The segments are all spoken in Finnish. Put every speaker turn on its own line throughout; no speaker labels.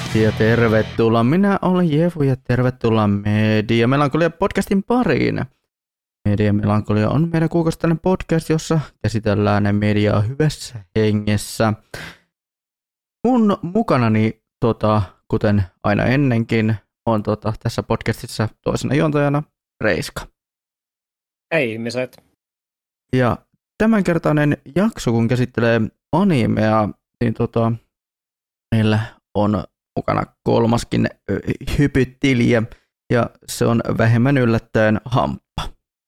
Ja tervetuloa. Minä olen Jefu ja tervetuloa Media Melankolia podcastin pariin. Media Melankolia on meidän kuukausittainen podcast, jossa käsitellään mediaa hyvässä hengessä. Mun mukanani, kuten aina ennenkin, on tässä podcastissa toisena juontajana Reiska.
Ei ihmiset.
Ja tämänkertainen jakso, kun käsittelee animea, niin meillä on mukana kolmaskin hypyttelijä, ja se on vähemmän yllättäen Hamppa.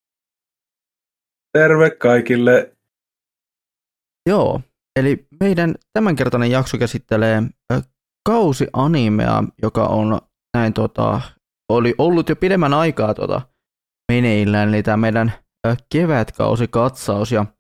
Terve kaikille!
Joo, eli meidän tämänkertainen jakso käsittelee kausianimea, joka on näin oli ollut jo pidemmän aikaa meneillään, eli tämä meidän kevätkausikatsaus, ja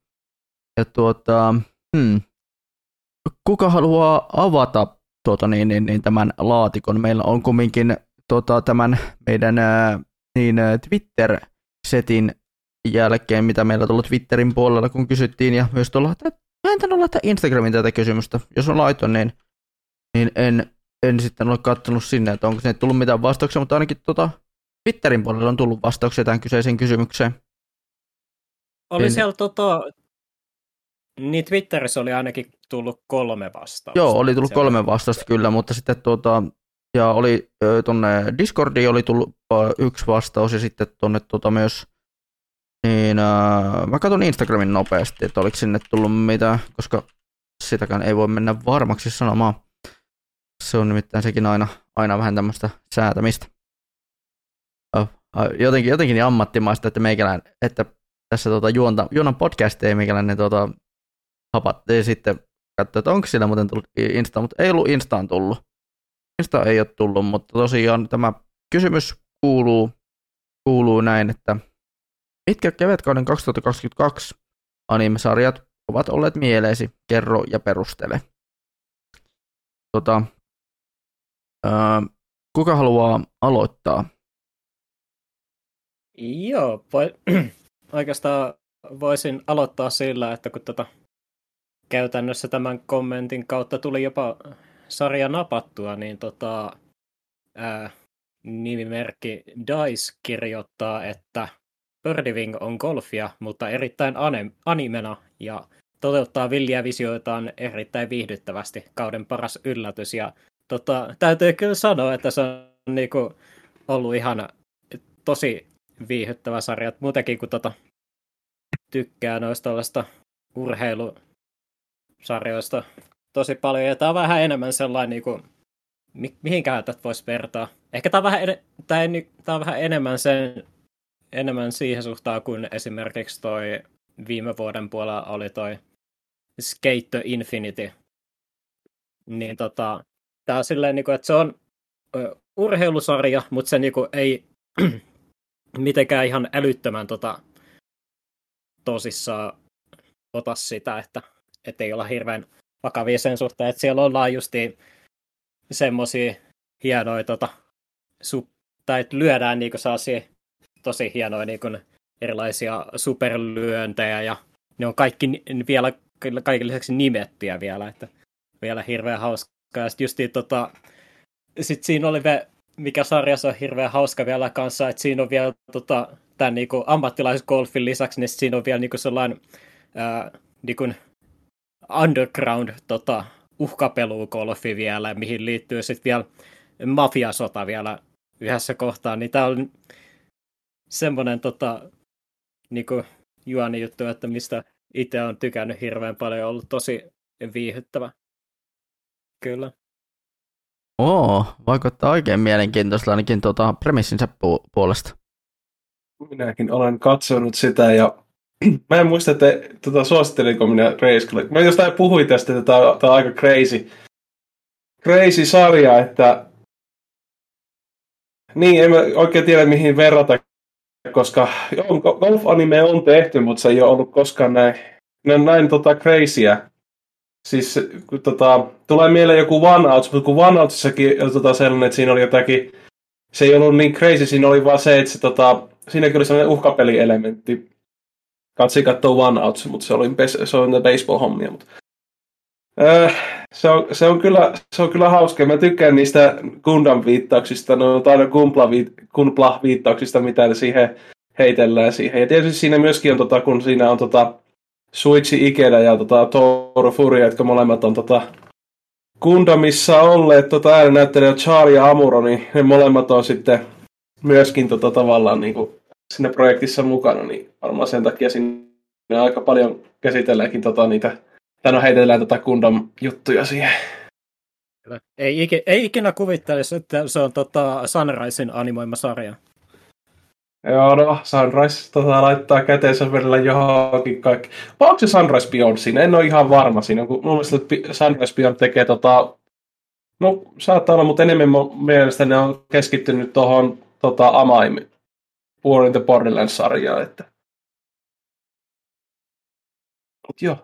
kuka haluaa avata tämän laatikon? Meillä on kumminkin tämän meidän Twitter-setin jälkeen, mitä meillä on tullut Twitterin puolella, kun kysyttiin, ja myös tuolla, että mä en tainnut laittaa Instagramin tätä kysymystä. Jos on laiton, niin en sitten ole katsonut sinne, että onko sinne tullut mitään vastauksia, mutta ainakin Twitterin puolella on tullut vastauksia tähän kyseiseen kysymykseen.
Oli siellä niin Twitterissä oli ainakin tullut 3 vastausta.
Joo, oli tullut 3 vastausta kyllä, mutta sitten ja oli tuonne Discordiin oli tullut 1 vastaus, ja sitten tuonne myös, niin mä katson Instagramin nopeasti, että oliko sinne tullut mitään, koska sitäkään ei voi mennä varmaksi sanomaan. Se on nimittäin sekin aina vähän tämmöistä säätämistä. Jotenkin ammattimaista, että tässä juonan podcast ei meikäläinen hapattiin sitten katsoa, että onko siellä muuten tullut Insta, mutta ei ollut Instaan tullut. Insta ei ole tullut, mutta tosiaan tämä kysymys kuuluu näin, että mitkä kevätkauden 2022 anime-sarjat ovat olleet mieleesi? Kerro ja perustele. Kuka haluaa aloittaa?
Joo, oikeastaan voisin aloittaa sillä, että kun käytännössä tämän kommentin kautta tuli jopa sarja napattua, niin nimimerkki Dice kirjoittaa, että Birdie on golfia, mutta erittäin animena, ja toteuttaa villiä visioitaan erittäin viihdyttävästi, kauden paras yllätys, ja täytyy kyllä sanoa, että se on niinku ollut ihan tosi viihdyttävä sarja, muutenkin kun tykkää noista urheilusarjoista tosi paljon, ja tää on vähän enemmän sellainen, niinku, mihinkään tätä voisi vertaa. Ehkä tää on vähän enemmän siihen suhtaan, kuin esimerkiksi toi viime vuoden puolella oli toi Skate the Infinity. Niin tää on silleen, niinku, että se on urheilusarja, mutta se niinku ei mitenkään ihan älyttömän tosissaan ota sitä, että ei olla hirveän vakavia sen suhteen, että siellä ollaan justiin semmosia hienoja tai että lyödään niinku sellaisia tosi hienoja niinku erilaisia superlyöntejä, ja ne on kaikki vielä kaiken lisäksi nimettyjä vielä, että vielä hirveän hauskaa. Ja sitten justiin sit siinä oli mikä sarjassa on hirveän hauska vielä kanssa, että siinä on vielä tämän niinku ammattilaisgolfin lisäksi, niin siinä on vielä niinku sellainen niinku underground uhkapelugolfi vielä, mihin liittyy sitten vielä mafiasota vielä yhdessä kohtaa, niin tämä on semmoinen niinku juoni juttu, että mistä itse on tykännyt hirveän paljon, ollut tosi viihyttävä. Kyllä.
Vaikuttaa oikein mielenkiintoista ainakin premissinsä puolesta.
Minäkin olen katsonut sitä, ja mä en muista, että suosittelinko minä Reiskalle. Mä jostain puhuin tästä, että tämä on aika crazy sarja, että niin, en mä oikein tiedä mihin verrata, koska golf-anime on tehty, mutta se ei ole ollut koskaan näin crazyä. Siis kun tulee mieleen joku One Outs, mutta kun One Outsissakin on sellainen, että siinä oli jotakin, se ei ollut niin crazy, siinä oli vaan se, että siinäkin oli sellainen uhkapelielementti. Katsi katsoo One Outs, mutta se on baseball-hommia. Mutta Se on kyllä hauska. Mä tykkään niistä Gundam-viittauksista, ne on aina Gunpla-viittauksista, mitä ne siihen heitellään siihen. Ja tietysti siinä myöskin on, kun siinä on Suichi Ikeda ja Toru Furia, jotka molemmat on Gundamissa olleet ääninäyttelijät Charlie ja Amuro, niin ne molemmat on sitten myöskin tavallaan niin kuin siinä projektissa mukana, niin varmaan sen takia siinä aika paljon käsitelläänkin niitä, tai heitellään Gundam-juttuja siihen.
Ei ikinä kuvittelisi, että se on Sunrisein animoima sarja.
Joo, no, Sunrise laittaa käteensä välillä johonkin kaikki. Vai onko se Sunrise Beyond siinä? En ole ihan varma siinä. Mun mielestä Sunrise Beyond tekee no, saattaa olla, mutta enemmän mielestä ne on keskittynyt tuohon Amaim War in the Borderlands-sarjaan, että. Mut joo.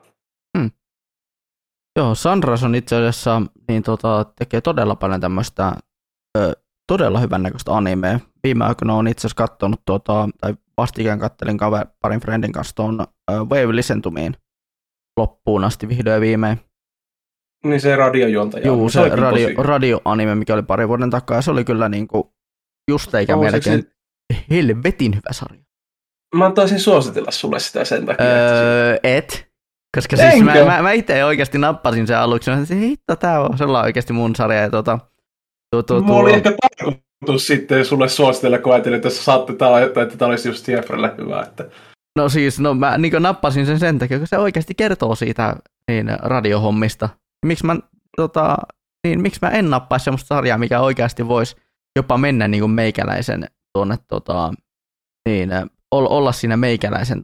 Joo, Sunrise on itse asiassa niin tekee todella paljon tämmöistä todella hyvän näköistä animea. Viime aikoina olen itse asiassa katsonut, tai vastikään kattelin parin friendin kanssa tuon Wave Listen to Meen loppuun asti vihdoin viimein.
Niin se radiojuontaja.
Joo, se radioanime, mikä oli pari vuoden takaa, se oli kyllä niinku just eikä melkein helvetin hyvä sarja.
Mä taisin suositella sulle sitä sen takia.
Koska siis mä itse oikeasti nappasin sen aluksi, että hitto, tää on sellainen oikeasti mun sarja. Ja
mulla oli ehkä tarkoitus sitten sulle suositella, kun ajattelin, että saatte että tämä olisi just Jeffrelle hyvä. Että.
No siis, mä niin nappasin sen takia, kun se oikeasti kertoo siitä niin, radiohommista. Miksi mä en nappaisi semmoista sarjaa, mikä oikeasti voisi jopa mennä niin kuin meikäläisen tuonne, olla siinä meikäläisen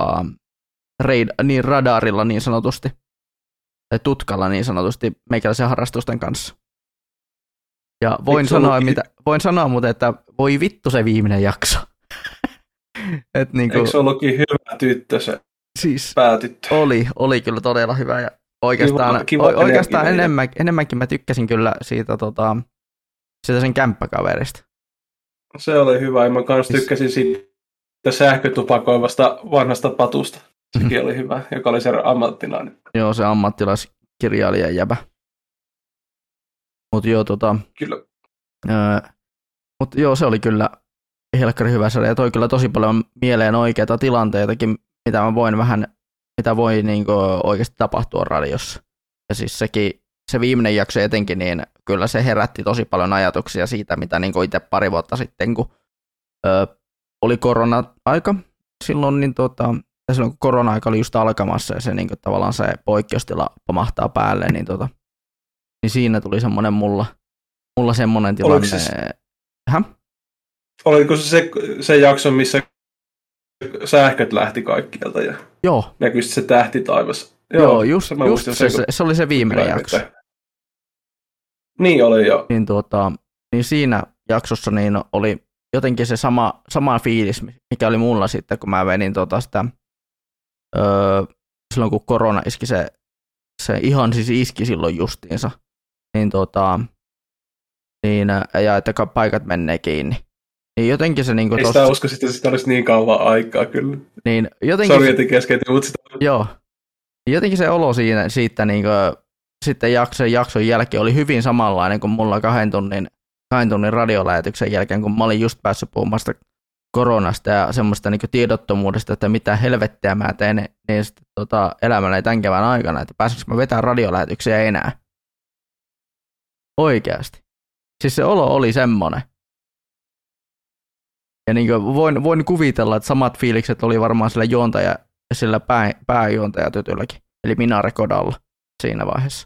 radarilla niin sanotusti, tai tutkalla niin sanotusti meikäläisen harrastusten kanssa. Ja voin sanoa muuten, että voi vittu se viimeinen jakso.
Eikö se ollutkin hyvä tyttö se päätyttö?
Oli kyllä todella hyvä ja oikeastaan enemmänkin mä tykkäsin kyllä siitä sen kämppäkaverista.
Se oli hyvä ja mä kanssa tykkäsin siitä sähkötupakoivasta vanhasta patusta. Sekin oli hyvä, joka oli se ammattilainen.
Joo, se ammattilaiskirjailijan jäbä. Mut joo,
Kyllä.
Mut joo, se oli kyllä helkkari hyvä sarja ja toi kyllä tosi paljon mieleen oikeita tilanteitakin, mitä voi niinku oikeasti tapahtua radiossa. Ja siis se viimeinen jakso etenkin, niin kyllä se herätti tosi paljon ajatuksia siitä, mitä niinku itse pari vuotta sitten, kun oli korona-aika silloin, niin silloin kun korona-aika oli just alkamassa ja se niin tavallaan se poikkeustila pamahtaa päälle, niin siinä tuli semmoinen mulla semmoinen tilanne.
Oliko se jakso, missä sähköt lähti kaikkialta ja
joo.
Näkyi se tähti taivas?
Joo, just se oli se viimeinen jakso.
Niin oli jo.
Niin siinä jaksossa niin oli jotenkin se sama fiilis, mikä oli mulla sitten, kun mä venin sitä silloin kun korona iski se ihan siis iski silloin justiinsa, niin ja että paikat menee kiinni. Niin jotenkin se niinku
ei sitä usko, että sitä olisi niin kauan aikaa kyllä.
Niin jotenkin
Sovjetin keskeytin, mutta sitä.
Joo. Jotenkin se olo siitä niinku sitten jakson jälkeen oli hyvin samanlainen kuin mulla 2 tunnin radiolähetyksen jälkeen, kun mä olin just päässyt puhumasta koronasta ja semmoista niinku tiedottomuudesta, että mitä helvettiä mä teen niin sitten elämällä tämän kevään aikana, että pääsenkö mä vetämään radiolähetyksiä enää. Oikeasti. Siis se olo oli semmoinen. Ja niinku voin kuvitella, että samat fiilikset oli varmaan sillä juontaja ja sillä pääjuontajatytylläkin, eli Minare Kodalla siinä vaiheessa.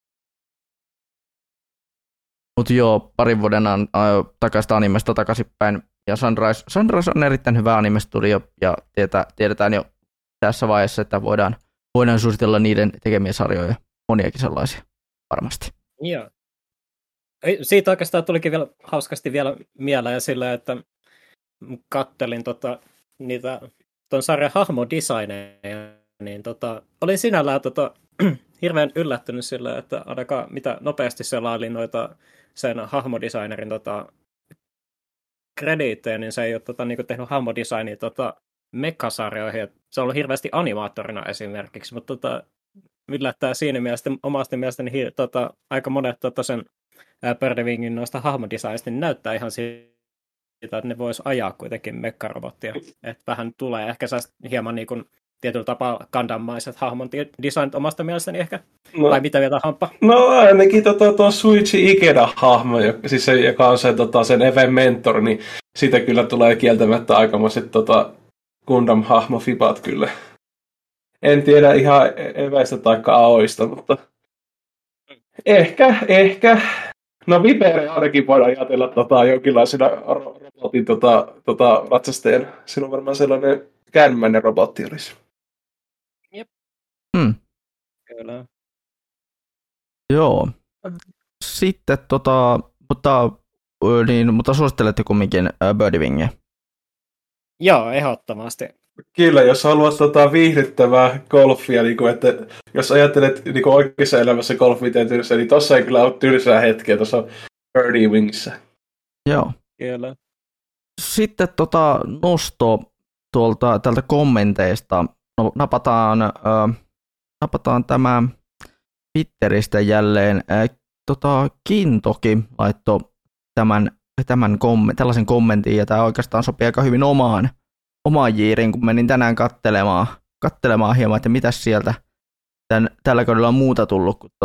Mutta joo, parin vuoden takaista animesta takaisinpäin. Ja Sunrise on erittäin hyvä animestudio ja tiedetään jo tässä vaiheessa, että voidaan suositella niiden tekemiä sarjoja, moniakin sellaisia varmasti.
Joo. Siitä oikeastaan tulikin vielä hauskasti vielä mieleen sillä, että kattelin niitä ton sarjan hahmodesigneja, niin olin sinällään hirveän yllättynyt sillä, että ainakaan mitä nopeasti selailin noita sen hahmodesignerin krediittejä, niin se ei ole niinku tehnyt hahmodesignia mekasarjoihin. Se on ollut hirveästi animaattorina esimerkiksi, mutta yllättää siinä mielessä, omasta mielestäni aika monet sen Birdwingin noista hahmodesignista niin näyttää ihan siitä, että ne vois ajaa kuitenkin mekkarobottia. Että vähän tulee ehkä hieman niin kuin tietyllä tapaa Gundam-maiset hahmon designit omasta mielestäni ehkä.
No,
vai mitä vielä Hamppa?
No ainakin tuo Suichi Ikeda-hahmo, siis se, joka on sen Even mentor, niin siitä kyllä tulee kieltämättä aikamoiset Gundam-hahmo-fibat kyllä. En tiedä ihan eväistä tai aoista, mutta ehkä. No Vipere ainakin voidaan ajatella jonkinlaisena robotin ratsastajan. Silloin varmaan sellainen käänmäinen robotti olisi.
Jep. Kyllä.
Joo. Sitten mutta suosittelette kumminkin Birdwingia.
Joo, ehdottomasti.
Kyllä, jos haluat viihdyttävää golfia, niin kuin, että jos ajattelet niin kuin oikeassa elämässä golfiteentyössä, niin tossa ei kyllä ole tylsää hetkeä tuossa Birdwingissä.
Joo.
Kyllä.
Sitten nosto täältä kommenteista. No, napataan tämä Twitteristä jälleen. Kintoki laittoi tällaisen kommentin, ja tämä oikeastaan sopii aika hyvin omaan jiiriin, kun menin tänään kattelemaan hieman, että mitäs sieltä tällä kaudella on muuta tullut, kun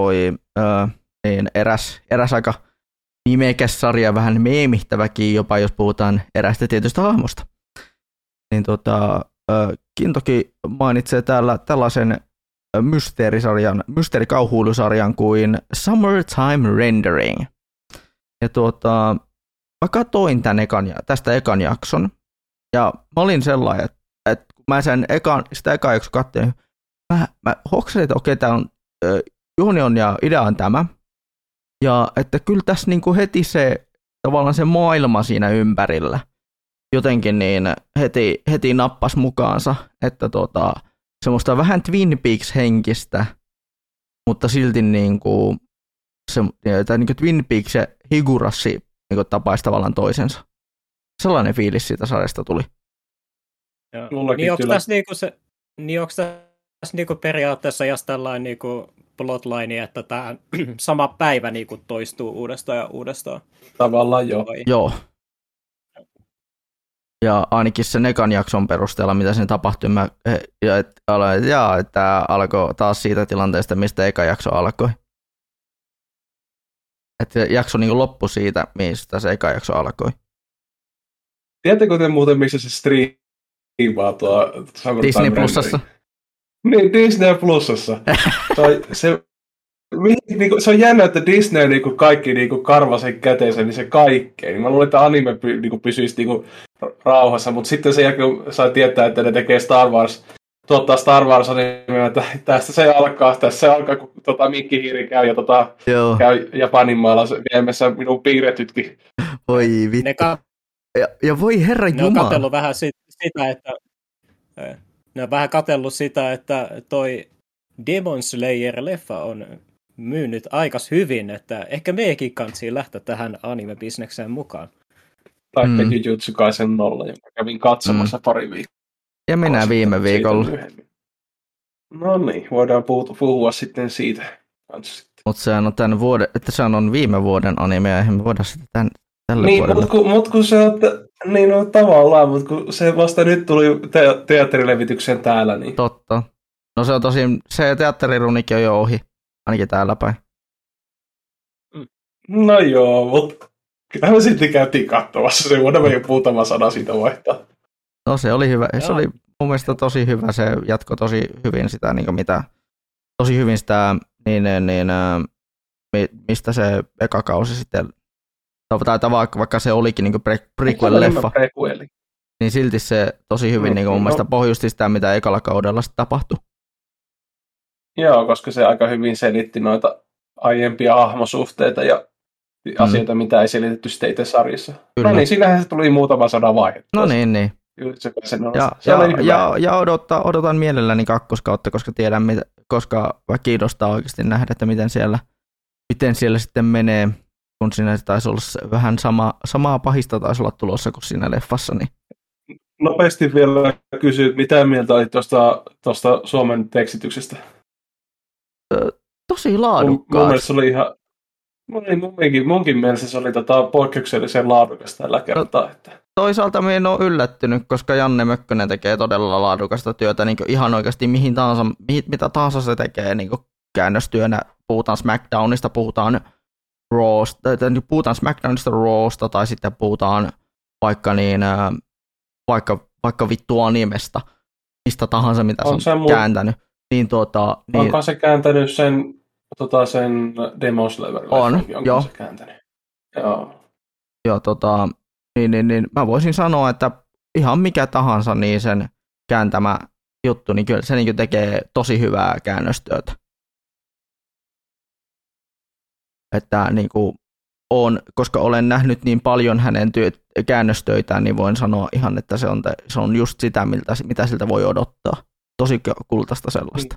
eräs aika nimekäs sarja, vähän meemihtäväkin jopa, jos puhutaan erästä tietystä hahmosta. Niin Kintoki mainitsee täällä tällaisen mysteerikauhuilusarjan kuin Summertime Rendering. Ja mä katsoin tästä ekan jakson, ja mä olin sellainen, että kun mä sitä ekan jakson katsoin, mä hoksasin, että okei, tää on juoni on ja idea on tämä. Ja että kyllä tässä niinku heti tavallaan se maailma siinä ympärillä jotenkin niin heti nappas mukaansa, että semmoista vähän Twin Peaks-henkistä, mutta silti niinku niinku Twin Peaks ja Higurashi niinku tapaisi tavallaan toisensa. Sellainen fiilis siitä sarjasta tuli.
Niin onko tässä niinku periaatteessa jos tällainen niinku plotline, että tämä sama päivä niinku toistuu uudestaan ja uudestaan? Tavallaan
Joo. Ja ainakin sen ekan jakson perusteella, mitä siinä tapahtui, että alkoi taas siitä tilanteesta, mistä eka jakso alkoi. Että jakso niin loppui siitä, mistä se eka jakso alkoi.
Tiedättekö te muuten, missä se striimaa tuo
Disney Plusassa?
Niin, Disney Plusassa. Se on jännä, että Disney niinku kaikki niinku karvasen käteensä, niin se kaikkein. Mä luulen, että anime pysyisi niinku rauhassa, mutta sitten sen jälkeen sai tietää, että ne tekee tuottaa Star Wars animea, että tässä se alkaa, kun Mikki Hiiri käy ja käy Japanin maalla viemässä minun piirretytkin.
Voi vittu. Ja voi herra jumala.
Ne on katsellut vähän sitä, että toi Demon Slayer-leffa on myynyt aikas hyvin, että ehkä meidänkin kansi lähteä tähän anime-bisnekseen mukaan.
Tai Jujutsu Kaisen 0, jonka kävin katsomassa pari viikkoa.
Ja minä viime viikolla.
No niin, voidaan puhua sitten siitä.
Mutta sehän on sehän on viime vuoden anime, ja me voidaan sitä tälle
niin,
vuodelle.
Mutta kun se on, niin no tavallaan, mutta kun se vasta nyt tuli teatterilevitykseen täällä, niin.
Totta. No se on tosin, se teatterirunikin on jo ohi, ainakin täällä päin.
No joo, mutta kyllä me silti käytiin katsomassa, se voidaan jo muutama sana siitä vaihtaa.
No se oli hyvä, se oli mun mielestä tosi hyvä, se jatkoi tosi hyvin sitä, niin tosi hyvin sitä, mistä se eka kausi sitten, tai vaikka se olikin niin prequel-leffa, niin silti se tosi hyvin niin mun mielestä pohjusti sitä, mitä ekalla kaudella sitten tapahtui.
Joo, koska se aika hyvin selitti noita aiempia hahmosuhteita ja asioita, mitä ei selitetty sitten itse sarjassa. Kyllä. No niin, siinähän se tuli muutama sana vaihe.
No niin. Ja odotan mielelläni kakkoskautta, koska tiedän, koska kiinnostaa oikeasti nähdä, että miten siellä sitten menee, kun siinä taisi olla vähän samaa pahista taisi olla tulossa kuin siinä leffassa. Niin.
Nopeasti vielä kysyt, mitä mieltä olit tuosta Suomen tekstityksestä?
tosi
Mun
laadukkaat.
mielestä se oli ihan... Munkin mielestä se oli poikkeuksellisen laadukas tällä kertaa. Että...
Toisaalta minä en ole yllättynyt, koska Janne Mökkönen tekee todella laadukasta työtä niin ihan oikeasti mitä tahansa se tekee niin käännöstyönä. Puhutaan SmackDownista, puhutaan Rawsta tai sitten puhutaan vaikka vittu animesta, mistä tahansa mitä se on kääntänyt. Niin,
onko se kääntänyt sen Demon Slayer?
On, joo.
Se kääntänyt? Joo.
Joo, niin, mä voisin sanoa, että ihan mikä tahansa niin sen kääntämä juttu, niin kyllä se niin tekee tosi hyvää käännöstyötä. Että niin kuin koska olen nähnyt niin paljon hänen käännöstöitään, niin voin sanoa ihan, että se on just sitä, mitä siltä voi odottaa. Tosi kultaista sellaista.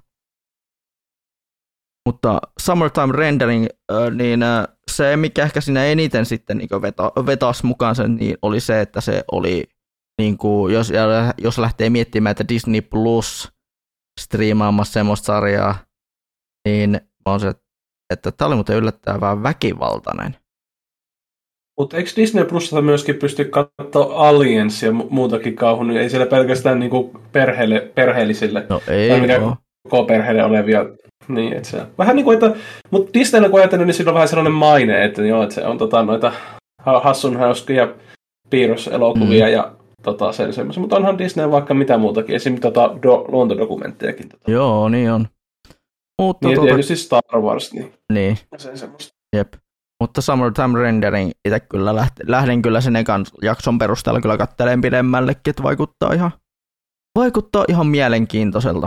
Mutta Summertime Rendering, niin se, mikä ehkä siinä eniten sitten niin vetasi mukaansa, niin oli se, että se oli, niin kuin, jos lähtee miettimään, että Disney Plus striimaamassa semmoista sarjaa, niin on se, että tämä oli muuten yllättävän väkivaltainen.
Mutta eikö Disney Plusasta myöskin pysty katsoa Aliens ja muutakin kauhun, niin ei siellä pelkästään niinku perheellisille,
no ei
koko perheelle olevia. Niin, että se vähän niin kuin, mutta Disneyllä kun ajatellut, niin sillä on vähän sellainen maine, että joo, että se on noita hassun hauskia piirroselokuvia ja semmoisia, mutta onhan Disney vaikka mitä muutakin, esimerkiksi luontodokumenttejakin.
Joo, niin on. Mutta
niin, tietysti Star Wars,
niin.
Se semmoista.
Jep. Mutta Summertime Rendering itse kyllä lähden kyllä sen ekan jakson perusteella kyllä katteleen pidemmällekin, että vaikuttaa ihan mielenkiintoiselta.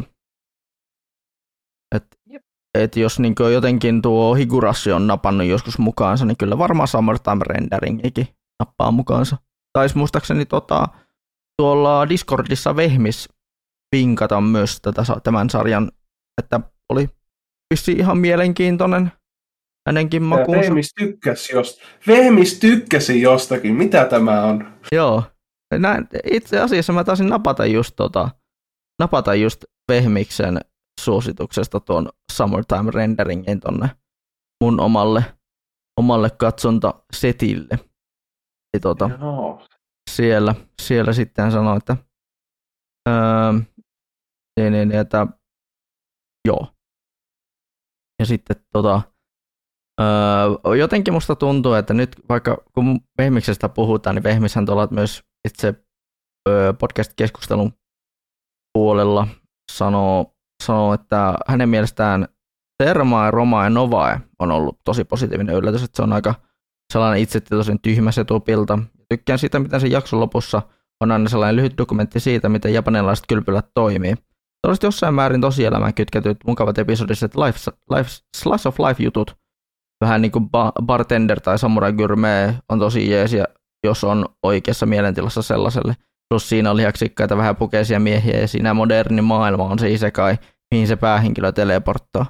Et jos niin jotenkin tuo Higurashi on napannut joskus mukaansa, niin kyllä varmaan Summertime Renderingikin nappaa mukaansa. Taisi muistaakseni tuolla Discordissa Vehmis vinkata myös tämän sarjan, että oli vissiin ihan mielenkiintoinen hänenkin makuunsa.
Vehmis tykkäsi jostakin. Mitä tämä on?
Joo. Itse asiassa mä taisin napata just Vehmiksen suosituksesta tuon Summertime Renderingin tonne mun omalle katsontasetille. Siellä sitten sanoi, että että joo. Ja sitten jotenkin musta tuntuu, että nyt vaikka kun Vehmiksestä puhutaan, niin Vehmishän tuolla myös itse podcast-keskustelun puolella sanoo, että hänen mielestään Terma ja Roma ja Novae on ollut tosi positiivinen yllätys, että se on aika sellainen itsetietoisen tyhmä setupilta. Tykkään siitä, miten sen jakson lopussa on aina sellainen lyhyt dokumentti siitä, miten japanilaiset kylpylät toimii. Tällaiset jossain määrin tosielämään kytketyt mukavat episodiset slice of life jutut, vähän niin kuin Bartender tai Samurai Gourmet on tosi jeesiä, jos on oikeassa mielentilassa sellaiselle. Plus siinä on lihaksikkaita vähän pukeisia miehiä ja siinä moderni maailma on se isekai, mihin se päähenkilö teleporttaa.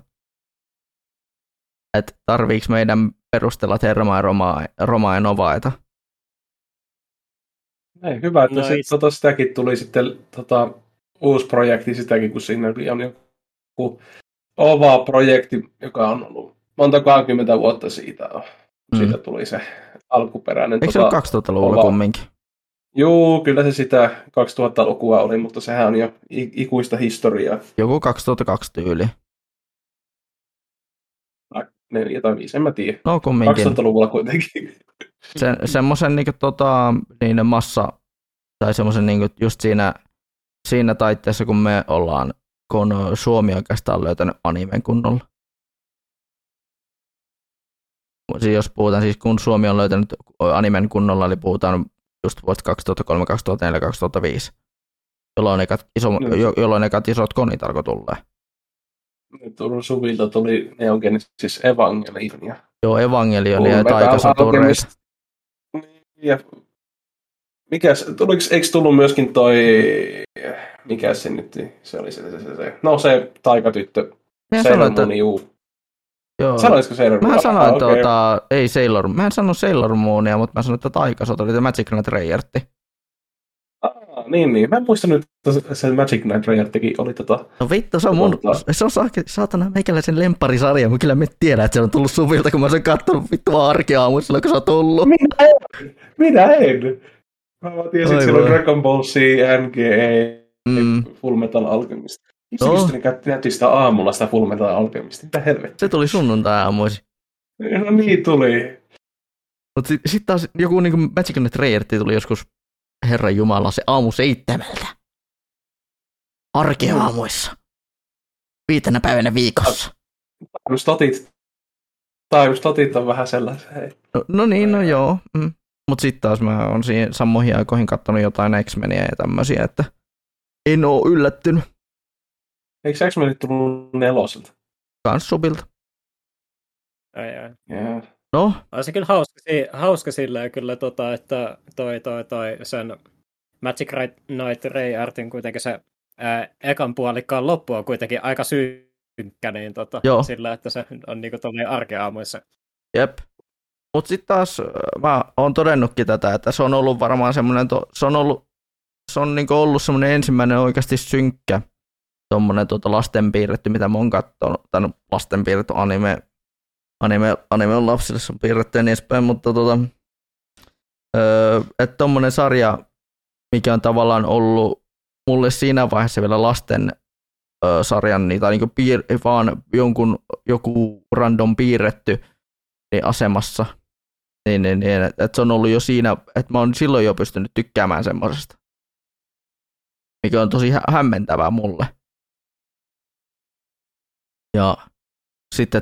Et tarviiks meidän perustella Termaa ja Romaa ja Novaeta?
Ei, hyvä, että sitäkin tuli sitten uusi projekti sitäkin, kun siinä on joku OVA-projekti, joka on ollut monta 20 vuotta siitä. Siitä tuli se alkuperäinen.
Eikö se ole 2000-luvulla kumminkin?
Joo, kyllä se sitä 2000-lukua oli, mutta sehän on jo ikuista historiaa.
Joku 2002 tyyli.
4 tai 5, en mä tiedä.
No kumminkin.
2000-luvulla kuitenkin.
Semmoisen niin massa, tai semmoisen niin just siinä taitteessa, kun me ollaan, kun Suomi oikeastaan löytänyt animen kunnolla. Jos puhutaan siis, kun Suomi on löytänyt animen kunnolla, eli puhutaan just vuodesta 2003, 2004, 2005, jolloin ekat isot konit alkoi tulee.
Turun Suvilta tuli Neon Genesis Evangelion.
Joo, Evangelion ja taikasotureita.
Ja eikö tullut myöskin toi, mikä se nyt, se oli se. No se taikatyttö, Sailor Moon,
Joo.
Sanoisiko Sailor Moon?
Mä sanoin ei Sailor, mä en sano Sailor Moonia, mutta mä sanoin, että taikasotureita, Magic Knight Rayertti.
Niin. Mä en muista nyt, että se Magic Knight Rayardikin oli
No vittu, se on se on saatana meikäläisen lempparisarja, mä kyllä tiedän, että se on tullut suvilta, kun mä sen katsonut vittu arkeaamuun silloin, kun se on tullut.
Minä en. Mä vaan tiesin, että siellä on Dragon Ball Z, NGE, Full Metal Alchemist. Itsekin näytti sitä aamulla sitä Full Metal Alchemist. Mitä helvettiä?
Se tuli sunnuntai-aamuisin.
No niin tuli.
Mutta sitten taas joku niin kuin Magic Knight Rayardi tuli joskus, Herran Jumala, se aamu 7. Arkeaamuissa. 5 päivänä viikossa.
Time-statit on vähän sellaisia.
No niin, no joo. Mutta sitten taas mä oon siihen samoihin aikoihin katsonut jotain X-Meniä ja tämmöisiä, että en oo yllättynyt.
Eikö X-Menit tullut 4?
Kans subilta.
Ai.
Yeah.
No?
On se kyllä hauska silleen kyllä, että toi sen Magic Knight Rayardin kuitenkin se ekan puolikkaan loppu on kuitenkin aika synkkä, niin sillä, että se on niinku tommoinen arkeaamuissa.
Jep. Mut sit taas mä oon todennutkin tätä, että se on ollut varmaan semmonen, se on niinku ollut semmonen ensimmäinen oikeasti synkkä tommonen lastenpiirretty, mitä mä oon kattonut, tai no, lastenpiirretty anime on lapsille, se on piirretty ja niin edespäin, mutta että tommonen sarja, mikä on tavallaan ollut mulle siinä vaiheessa vielä lasten sarjan, tai niinku vaan joku random piirretty niin asemassa, niin, että se on ollut jo siinä, että mä oon silloin jo pystynyt tykkäämään semmosesta, mikä on tosi hämmentävää mulle. Ja sitten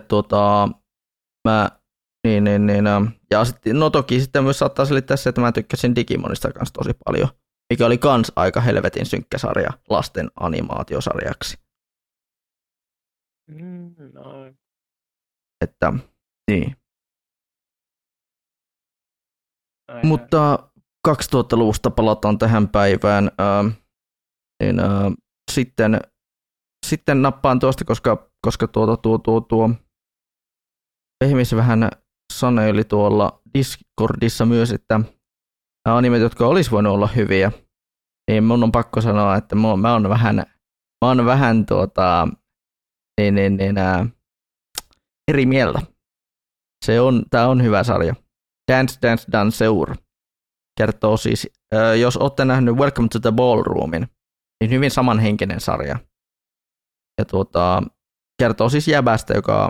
ja sitten, no toki sitten myös saattaa selittää se, että mä tykkäsin Digimonista kanssa tosi paljon, mikä oli kans aika helvetin synkkä sarja lasten animaatiosarjaksi.
No.
Että, niin. Mutta 2000-luvusta palataan tähän päivään. Sitten nappaan tuosta, koska tuo Pehmis vähän saneili tuolla Discordissa myös, että nämä animet, jotka olisi voinut olla hyviä, niin mun on pakko sanoa, että mä oon vähän eri mieltä. Tää on hyvä sarja. Dance Dance Danseur kertoo siis, jos olette nähnyt Welcome to the Ballroomin, niin hyvin samanhenkinen sarja. Ja kertoo siis jäbästä, joka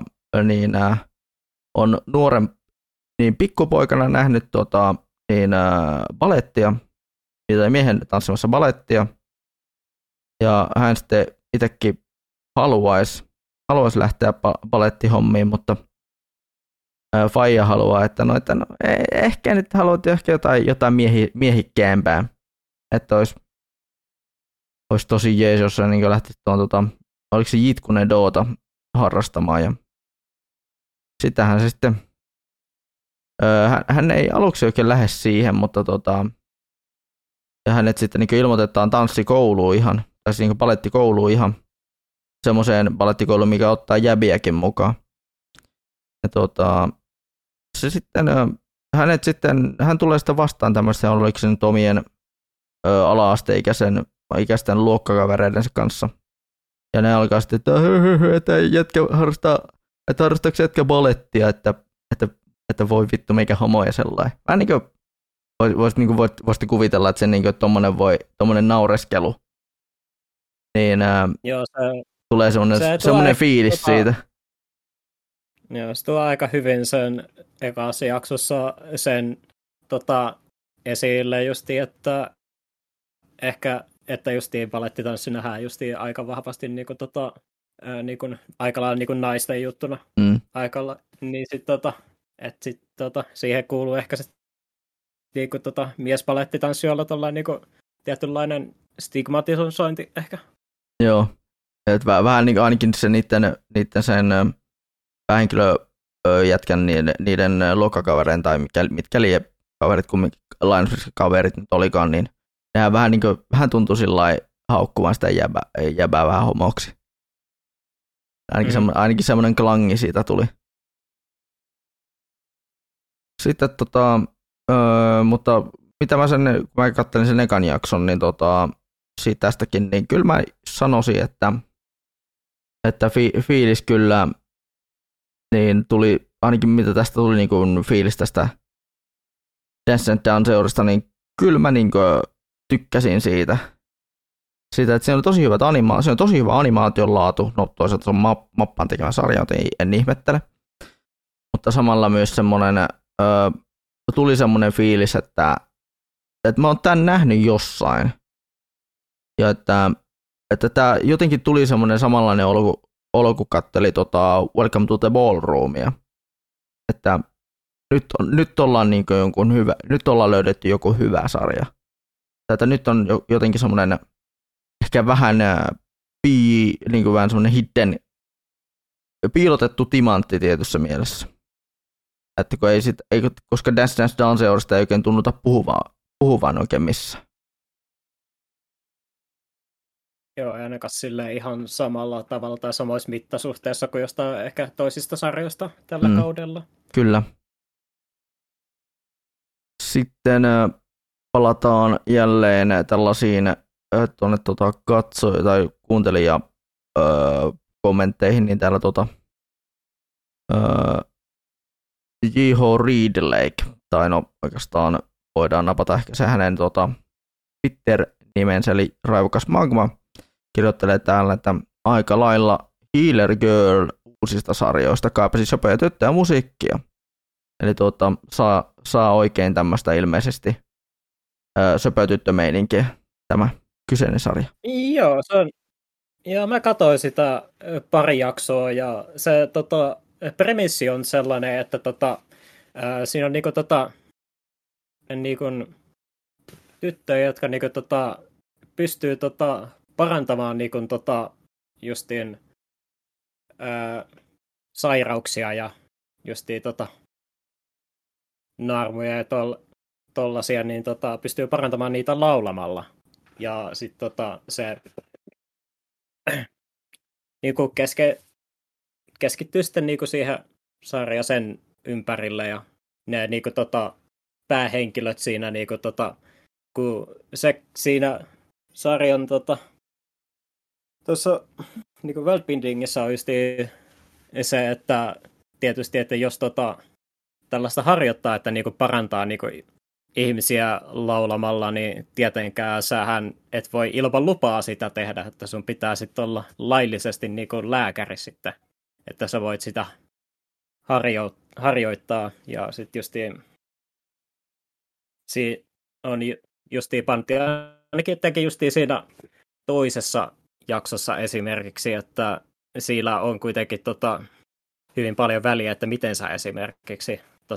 on nuoren pikkupoikana nähnyt balettia, tai miehen tanssimassa balettia, ja hän sitten itsekin haluaisi lähteä balettihommiin, mutta faija haluaa, että ehkä nyt haluat ehkä jotain miehikkäämpää, että olisi tosi jees, jos hän niin lähtisi oliko se Jitkune Doota harrastamaan, ja sitähän se sitten, hän ei aluksi oikein lähde siihen, mutta ja hänet sitten niin ilmoitetaan tanssikouluun ihan, tai niin balettikouluun ihan, semmoiseen balettikouluun, mikä ottaa jäbiäkin mukaan. Ja se sitten, hän tulee sitten vastaan tämmöisten, oliko se nyt omien ala-asteikäisten luokkakavereiden kanssa. Ja ne alkaa sitten, että jätkä harrastaako jätkä balettia, että voi vittu meikä homo ja sellainen. Vähän niin kuin voisitte kuvitella, että se niin kuin tommonen naureskelu, niin
joo,
tulee semmoinen fiilis siitä.
Joo, se tuo aika hyvin sen ekassa jaksossa sen esille justiin, että ehkä että justiin balettitanssi nähdään justiin aika vahvasti niinku niinku aika lailla niinku naisten juttuna aikalla, niin sitten siihen kuuluu ehkä se niinku miesbalettitanssijoilla tollainen niinku tietynlainen stigmatisointi ehkä.
Joo. Et vähän niin ainakin se niiden sen päähenkilöjätkän niiden luokkakavereiden tai mitkä kaverit, kun kaverit nyt olikaan, niin nehän vähän tuntui sillai haukkumaan sitä jäbää vähän homoksi. Ainakin semmoinen klangi siitä tuli. Sitten mutta mitä kun mä katselin sen ekan jakson, niin siitä tästäkin, niin kyllä mä sanoisin, että fiilis kyllä, niin tuli, ainakin mitä tästä tuli niin kuin fiilis tästä Dance Danceurista, niin kyllä mä niin kuin tykkäsin siitä, että siinä oli tosi hyvät se on tosi hyvä animaation laatu, no toisaalta se on Mappan tekemä sarja, joten en ihmettele, mutta samalla myös semmoinen, tuli semmoinen fiilis, että mä oon tän nähnyt jossain, ja että tää jotenkin tuli semmoinen samanlainen olo kun katteli Welcome to the Ballroomia, että nyt ollaan niinku jonkun hyvä, nyt ollaan löydetty joku hyvä sarja, että nyt on jotenkin semmoinen ehkä vähän niinku vähän semmoinen hidden, piilotettu timantti tietyssä mielessä. Että kun koska Dance Danceurista ei oikein tunnuta puhuvan oikein missään.
Joo, ainakaan silleen ihan samalla tavalla tai samoissa mittasuhteessa kuin jostain ehkä toisista sarjoista tällä kaudella.
Kyllä. Sitten palataan jälleen tällaisiin tuonne katsoja tai kuuntelija kommentteihin, niin täällä J.H. Reedlake, tai no oikeastaan voidaan napata ehkä se hänen Twitter-nimensä, eli Raivokas Magma, kirjoittelee täällä, että aika lailla Healer Girl uusista sarjoista kaipasi söpöjä tyttöä ja musiikkia. Eli saa oikein tämmöistä ilmeisesti söpötyttömeininkiä tämä kyseinen sarja.
Joo, ja mä katsoin sitä pari jaksoa ja se premissi on sellainen, että siinä on niinku tyttöjä, jotka niinku pystyy parantamaan niinku justiin sairauksia ja justiin naarmuja ja tollasia, niin pystyy parantamaan niitä laulamalla. Ja sitten se niinku keskittyy sitten niinku siihen sarja sen ympärille ja ne niinku päähenkilöt siinä niinku kun se siinä sarjan tuossa niinku worldbuildingissa on just se, että tietysti, että jos tällaista harjoittaa, että niinku parantaa niinku ihmisiä laulamalla, niin tietenkään sähän et voi ilman lupaa sitä tehdä, että sun pitää sitten olla laillisesti niinku lääkäri sitten, että sä voit sitä harjoittaa. Ja sitten justiin on justiin pantti ainakin teki justiin siinä toisessa jaksossa esimerkiksi, että siinä on kuitenkin hyvin paljon väliä, että miten sä esimerkiksi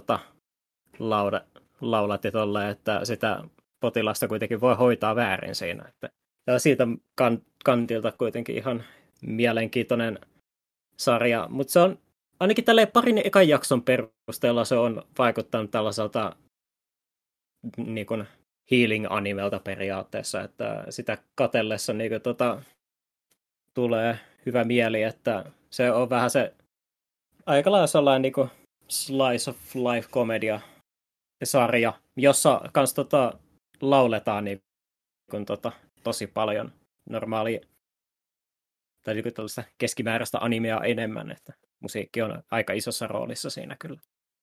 laulat ja tolleen, että sitä potilasta kuitenkin voi hoitaa väärin siinä. Että siitä kantilta kuitenkin ihan mielenkiintoinen sarja, mutta se on ainakin tälleen parin ekan jakson perusteella se on vaikuttanut tällaiselta niin kuin healing-animelta periaatteessa, että sitä katellessa niin kuin, tulee hyvä mieli, että se on vähän se aika lailla sellainen niin kuin slice of life komedia sarja, jossa kans lauletaan niin kuin, tosi paljon normaalia tai niin kuin tällaista keskimääräistä animea enemmän, että musiikki on aika isossa roolissa siinä kyllä.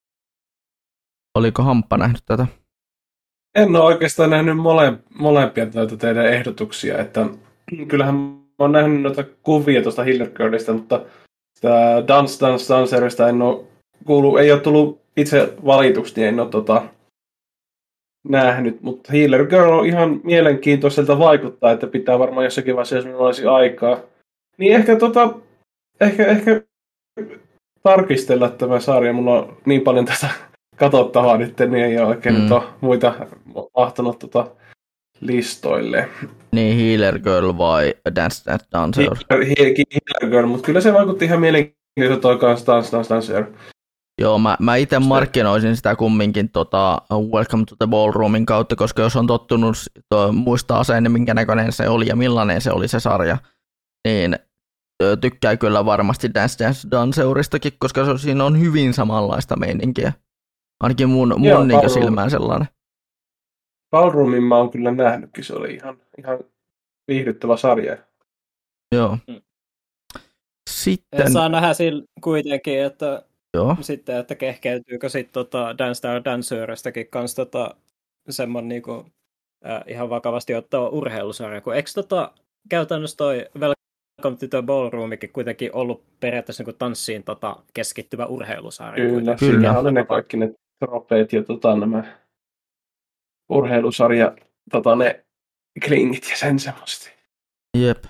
Oliko Hamppa nähnyt tätä?
En ole oikeastaan nähnyt molempia näitä teidän ehdotuksia, että kyllähän mä oon nähnyt noita kuvia tuosta Healer Girlista, mutta sitä Dance Dancerista en ole kuullut, ei ole tullut itse valituksi, niin en ole nähnyt, mutta Healer Girl on ihan mielenkiintoiselta vaikuttaa, että pitää varmaan jossakin vaiheessa, jos minulla olisi aikaa. Niin ehkä tarkistella tämä sarja, mulla on niin paljon tätä katsottavaa nyt, niin ei ole oikein nyt ole muita mahtunut listoille.
Niin, Healer Girl vai Dance Dancer?
Healer Girl, mutta kyllä se vaikutti ihan mielenkiintoiselta toi Dance Dancer.
Joo, mä itse markkinoisin sitä kumminkin Welcome to the Ballroomin kautta, koska jos on tottunut muistaa sen, minkä näköinen se oli ja millainen se oli se sarja, niin tykkää kyllä varmasti Dance Danceuristakin, koska siinä on hyvin samanlaista meininkiä. Ainakin mun niin silmään sellainen.
Ballroomin mä oon kyllä nähnytkin, se oli ihan viihdyttävä sarja.
Joo. Sitten...
Saa nähdä sillä kuitenkin, että
Joo.
sitten, että kehkeytyykö sitten Dance Star Danceristakin kanssa semmoinen niinku, ihan vakavasti ottaa urheilusarja, kun eikö käytännössä toi Welcome to the Ballroomikin kuitenkin ollut periaatteessa niin tanssiin keskittyvä urheilusarja.
Kyllä. Oli ne kaikki ne tropeet ja nämä urheilusarja, ne klingit ja sen semmoista.
Jep.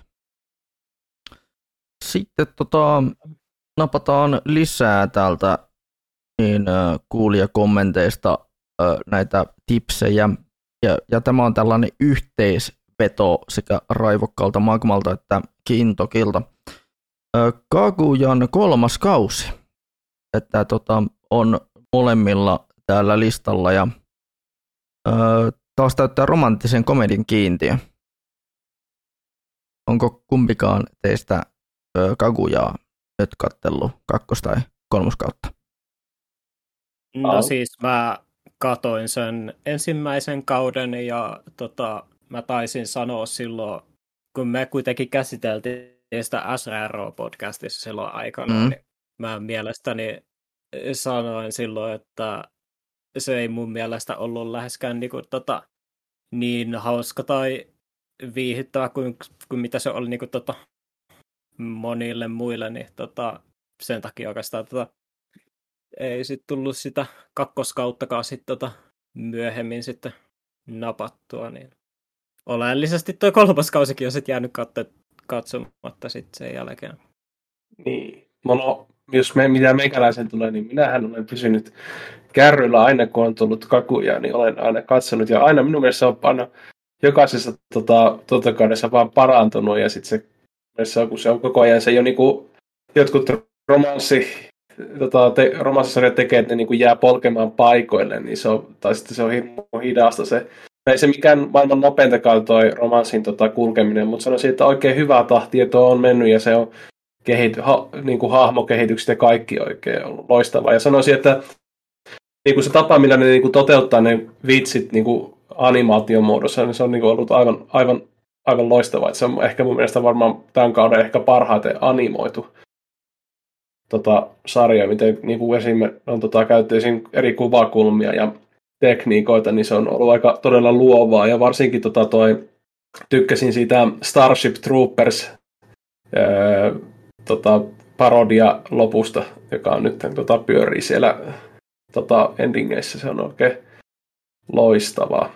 Sitten napataan lisää täältä niin kuulijakommenteista näitä tipsejä. Ja tämä on tällainen yhteisveto sekä Raivokkaalta Magmalta että Kintokilta. Kaguyan 3. kausi. Että on molemmilla täällä listalla ja taas täyttää romanttisen komedin kiintiö. Onko kumpikaan teistä Kaguyaa nyt katsellut 2. tai 3. kautta?
No siis mä katoin sen ensimmäisen kauden ja mä taisin sanoa silloin, kun me kuitenkin käsiteltiin sitä SRO-podcastissa silloin aikana, niin mä mielestäni sanoin silloin, että se ei mun mielestä ollut läheskään niin hauska tai viihdyttävä kuin mitä se oli monille muille, niin sen takia oikeastaan ei sitten tullut sitä kakkoskauttakaan sitten myöhemmin sitten napattua, niin oleellisesti tuo 3. kausikin on sitten jäänyt katsomatta sitten sen jälkeen.
Niin, jos mitä meikäläisen tulee, niin minähän olen pysynyt kärryllä aina, kun on tullut Kaguya, niin olen aina katsonut, ja aina minun mielestä on aina jokaisessa tuotantokaudessa vaan parantunut, ja sitten se, kun se on koko ajan, se ei ole niinku jotkut romanssisarjat tekee, että ne niinku jää polkemaan paikoille, niin tai sitten se on hirmu hidasta se. Ei se mikään maailman nopeintakaan toi romanssin kulkeminen, mutta sanoisin, että oikein hyvää tahtia tuo on mennyt, ja se on niinku hahmokehitykset ja kaikki oikein ollut loistavaa. Ja sanoisin, että niinku se tapa, millä ne niinku toteuttaa ne vitsit niinku animaation muodossa, niin se on niinku ollut aivan loistavaa. Et se on ehkä mun mielestä varmaan tämän kauden ehkä parhaiten animoitu sarja, miten niinku esimerkiksi on käytetty eri kuvakulmia ja tekniikoita, niin se on ollut aika todella luovaa. Ja varsinkin tykkäsin siitä Starship Troopers parodia lopusta, joka on nyt pyörii siellä endingeissä. Se on oikein loistavaa.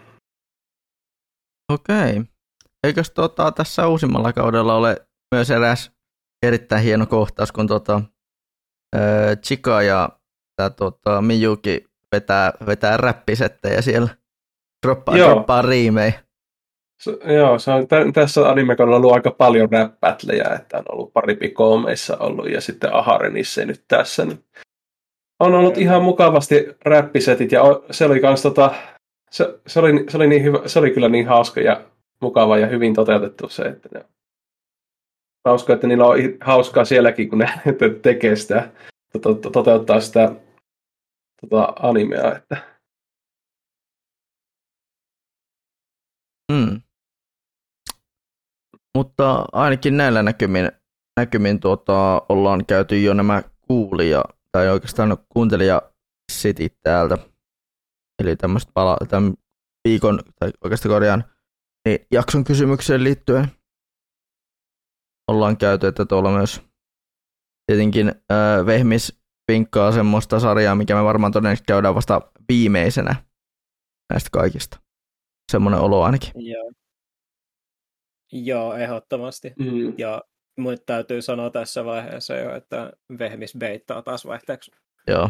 Okei. Eikös tässä uusimmalla kaudella ole myös eräs erittäin hieno kohtaus, kun Chika ja Miyuki vetää räppisettejä siellä. Droppaa riimejä.
Joo, se on tässä animekaudella ollut aika paljon rap-battleja, että on ollut pari Pikomeissa ollut ja sitten Aharenissa nyt tässä. Niin on ollut ihan mukavasti räppisetit ja se oli kans se oli niin hyvä, se oli kyllä niin hauska ja mukava ja hyvin toteutettu se, että mä uskon, että niillä on hauskaa sielläkin, kun ne tekee sitä, toteuttaa sitä animea, että
Mutta ainakin näillä näkymin ollaan käyty jo nämä tai oikeastaan kuuntelijasitit täältä. Eli tämmöistä tämän viikon, tai oikeastaan korjaan, niin jakson kysymykseen liittyen ollaan käyty, että tuolla myös tietenkin Vehmis vinkkaa semmoista sarjaa, mikä me varmaan todennäköisesti käydään vasta viimeisenä näistä kaikista. Semmoinen olo ainakin.
Joo, ehdottomasti. Ja mun täytyy sanoa tässä vaiheessa jo, että Vehmis beittaa taas vaihteeksi.
Joo.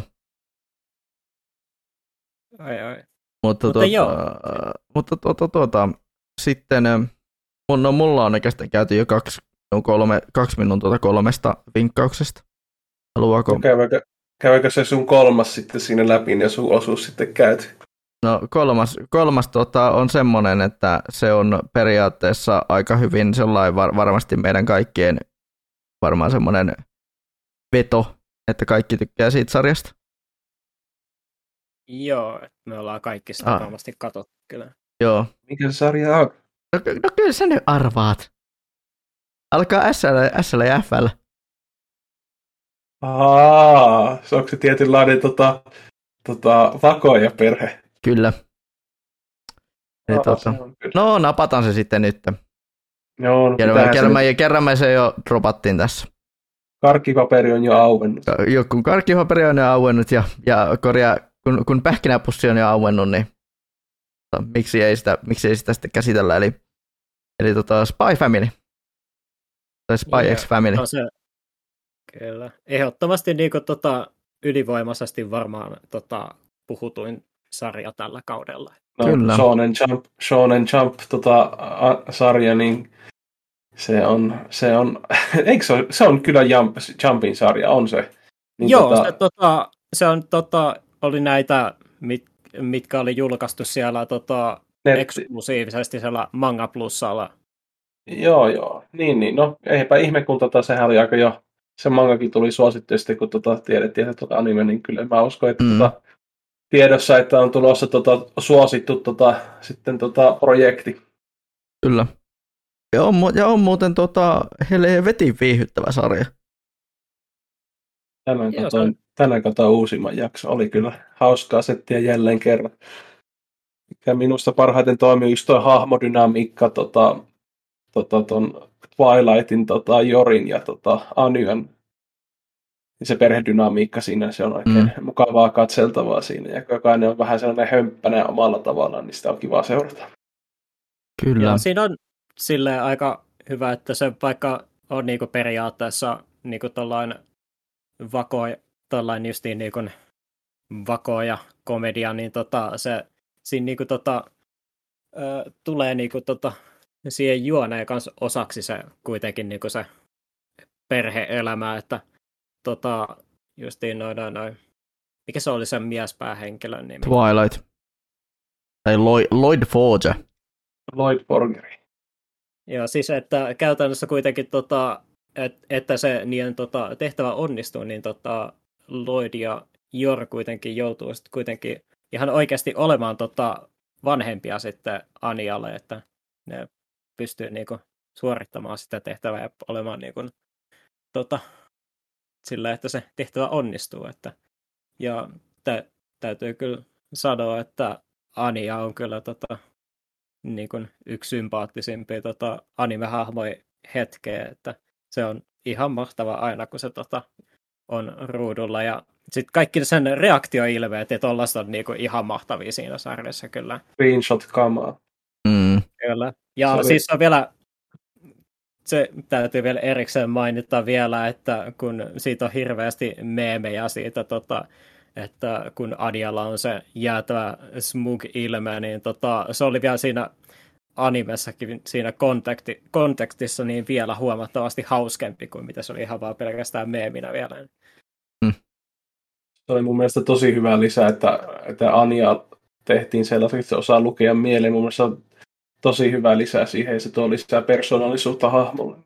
Ai.
Mutta sitten mulla on oikeastaan käyty jo 2 minuutin 3 vinkkauksesta. Haluaako?
Käykö se sun 3 sitten siinä läpi ja sun osuus sitten käyty?
No kolmas on semmoinen, että se on periaatteessa aika hyvin sellainen varmasti meidän kaikkien varmaan semmoinen veto, että kaikki tykkää siitä sarjasta.
Joo, me ollaan kaikki sitä varmasti katsottu kyllä.
Joo.
Mikä se sarja on?
No kyllä sä nyt arvaat. Alkaa SL ja FL.
Onko se tietynlainen vakoajaperhe?
Kyllä. Eli, no napataan se sitten nyt.
Joo, no
kerran me se jo dropattiin tässä.
Karkkipaperi on jo auennut.
Kun karkkipaperi on jo auennut ja kun pähkinäpussi on jo auennut, niin miksi ei sitä sitten käsitellä. Eli Spy Family. Tai Spy X Family.
No se, kyllä. Ehdottomasti niin kuin, ylivoimaisesti varmaan puhutuin sarja tällä kaudella.
No,
kyllä.
Shonen Jump sarja, niin se on eikö se on kyllä Jumpin sarja, on se. Niin
joo, se on oli näitä, mitkä oli julkaistu siellä eksklusiivisesti siellä Manga Plusalla.
Joo. Niin. No, eipä ihme, kun sehän oli aika jo, se mangakin tuli suosittu, sitten kun tiedettiin, että anime, niin kyllä mä uskon, että tiedossa, että on tulossa suosittu sitten projekti.
Kyllä. Ja on muuten helvetin viihyttävä sarja.
Tänään katsoin uusimman jakso. Oli kyllä hauskaa settiä jälleen kerran. Mikä minusta parhaiten toimii just tuo hahmodynamiikka ton Twilightin Jorin ja Anyan. Se perhedynamiikka siinä, se on oikein mukavaa katseltavaa siinä. Ja jokainen on vähän sellainen hömppänä omalla tavallaan, niin sitä on kiva seurata.
Kyllä.
Ja siinä on silleen aika hyvä, että se vaikka on niinku periaatteessa niinku tollainen justiin niinku vako ja komedia, niin se siinä niinku tulee niinku siihen juoneen kanssa osaksi se kuitenkin niinku se perhe-elämä, että justiin noin. Mikä se oli sen miespäähenkilön nimi?
Twilight. Tai Lloyd Forger.
Lloyd Forgeri.
Joo, siis että käytännössä kuitenkin, että se niiden tehtävä onnistuu, niin Lloyd ja Yor kuitenkin joutuu sitten kuitenkin ihan oikeasti olemaan vanhempia sitten Anjalle, että ne pystyy niinku suorittamaan sitä tehtävää ja olemaan niinku, sillä, että se tehtävä onnistuu. Ja täytyy kyllä sanoa, että Anja on kyllä niin kuin yksi sympaattisimpia anime-hahmoja hetkeä, että se on ihan mahtava aina, kun se on ruudulla. Ja sitten kaikki sen reaktioilveet ja tollaista on niinku ihan mahtavia siinä sarjassa kyllä.
Screenshot-kamaa.
Kyllä. Ja siis on vielä, se täytyy vielä erikseen mainita vielä, että kun siitä on hirveästi meemejä siitä, että kun Adialla on se jäätävä smug-ilme, niin se oli vielä siinä animessakin siinä kontekstissa niin vielä huomattavasti hauskempi kuin mitä se oli ihan vaan pelkästään meeminä vielä.
Se oli mun mielestä tosi hyvä lisä, että Anja tehtiin sellaiseksi, että se osaa lukea mieleen. Mun mielestä on tosi hyvä lisä siihen, ja se tuo lisää persoonallisuutta hahmolle.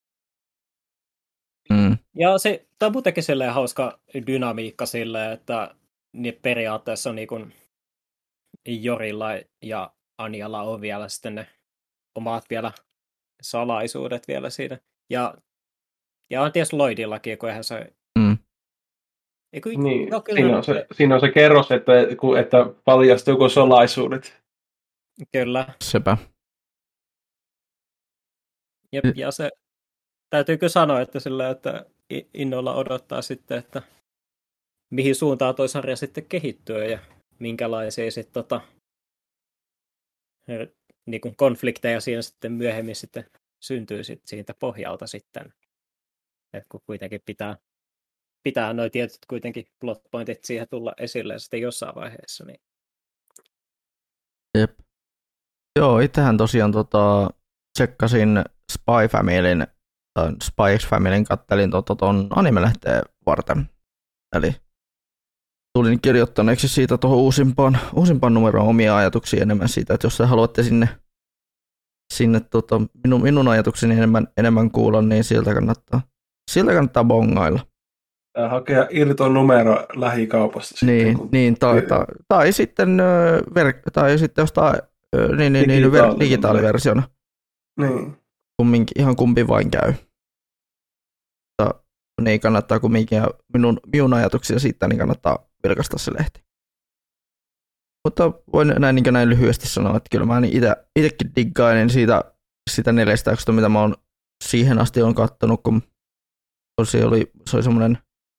Ja se on muutenkin silleen hauska dynamiikka silleen, että niin periaatteessa niin kuin Jorilla ja Anjalla on vielä sitten ne omat vielä salaisuudet vielä siinä. Ja on tietysti Lloydillakin, kun eihän se...
Niin, siinä on se kerros, että paljastuu joku salaisuudet.
Kyllä.
Sepä.
Ja se täytyykö sanoa, että sillä, että innolla odottaa sitten, että mihin suuntaan toi sarja sitten kehittyy ja minkälaisia sitten niin kuin konflikteja siinä sitten myöhemmin sitten syntyy sitten siitä pohjalta sitten. Et kun kuitenkin pitää nuo tietyt kuitenkin plotpointit siihen tulla esille sitten jossain vaiheessa. Niin.
Jep. Joo, itsehän tosiaan tsekkasin Spy Familyn, Spy X Familyn, kattelin ton anime-lehteen varten. Eli tulin kirjoittaneeksi siitä tuohon uusimpaan numeroon omia ajatuksia enemmän siitä, että jos te haluatte sinne minun ajatukseni enemmän kuulla, niin sieltä kannattaa bongailla.
Hakea irton numero lähikaupasta.
Tai sitten jostain digitaaliversiona.
Niin.
Ihan kumpi vain käy. Mutta niin kannattaa kumminkin, ja minun ajatuksia siitä, niin kannattaa vilkastaa se lehti. Mutta voin näin lyhyesti sanoa, että kyllä mä itsekin diggailin siitä 400 jaksosta, mitä mä oon siihen asti on kattonut, kun se oli semmoinen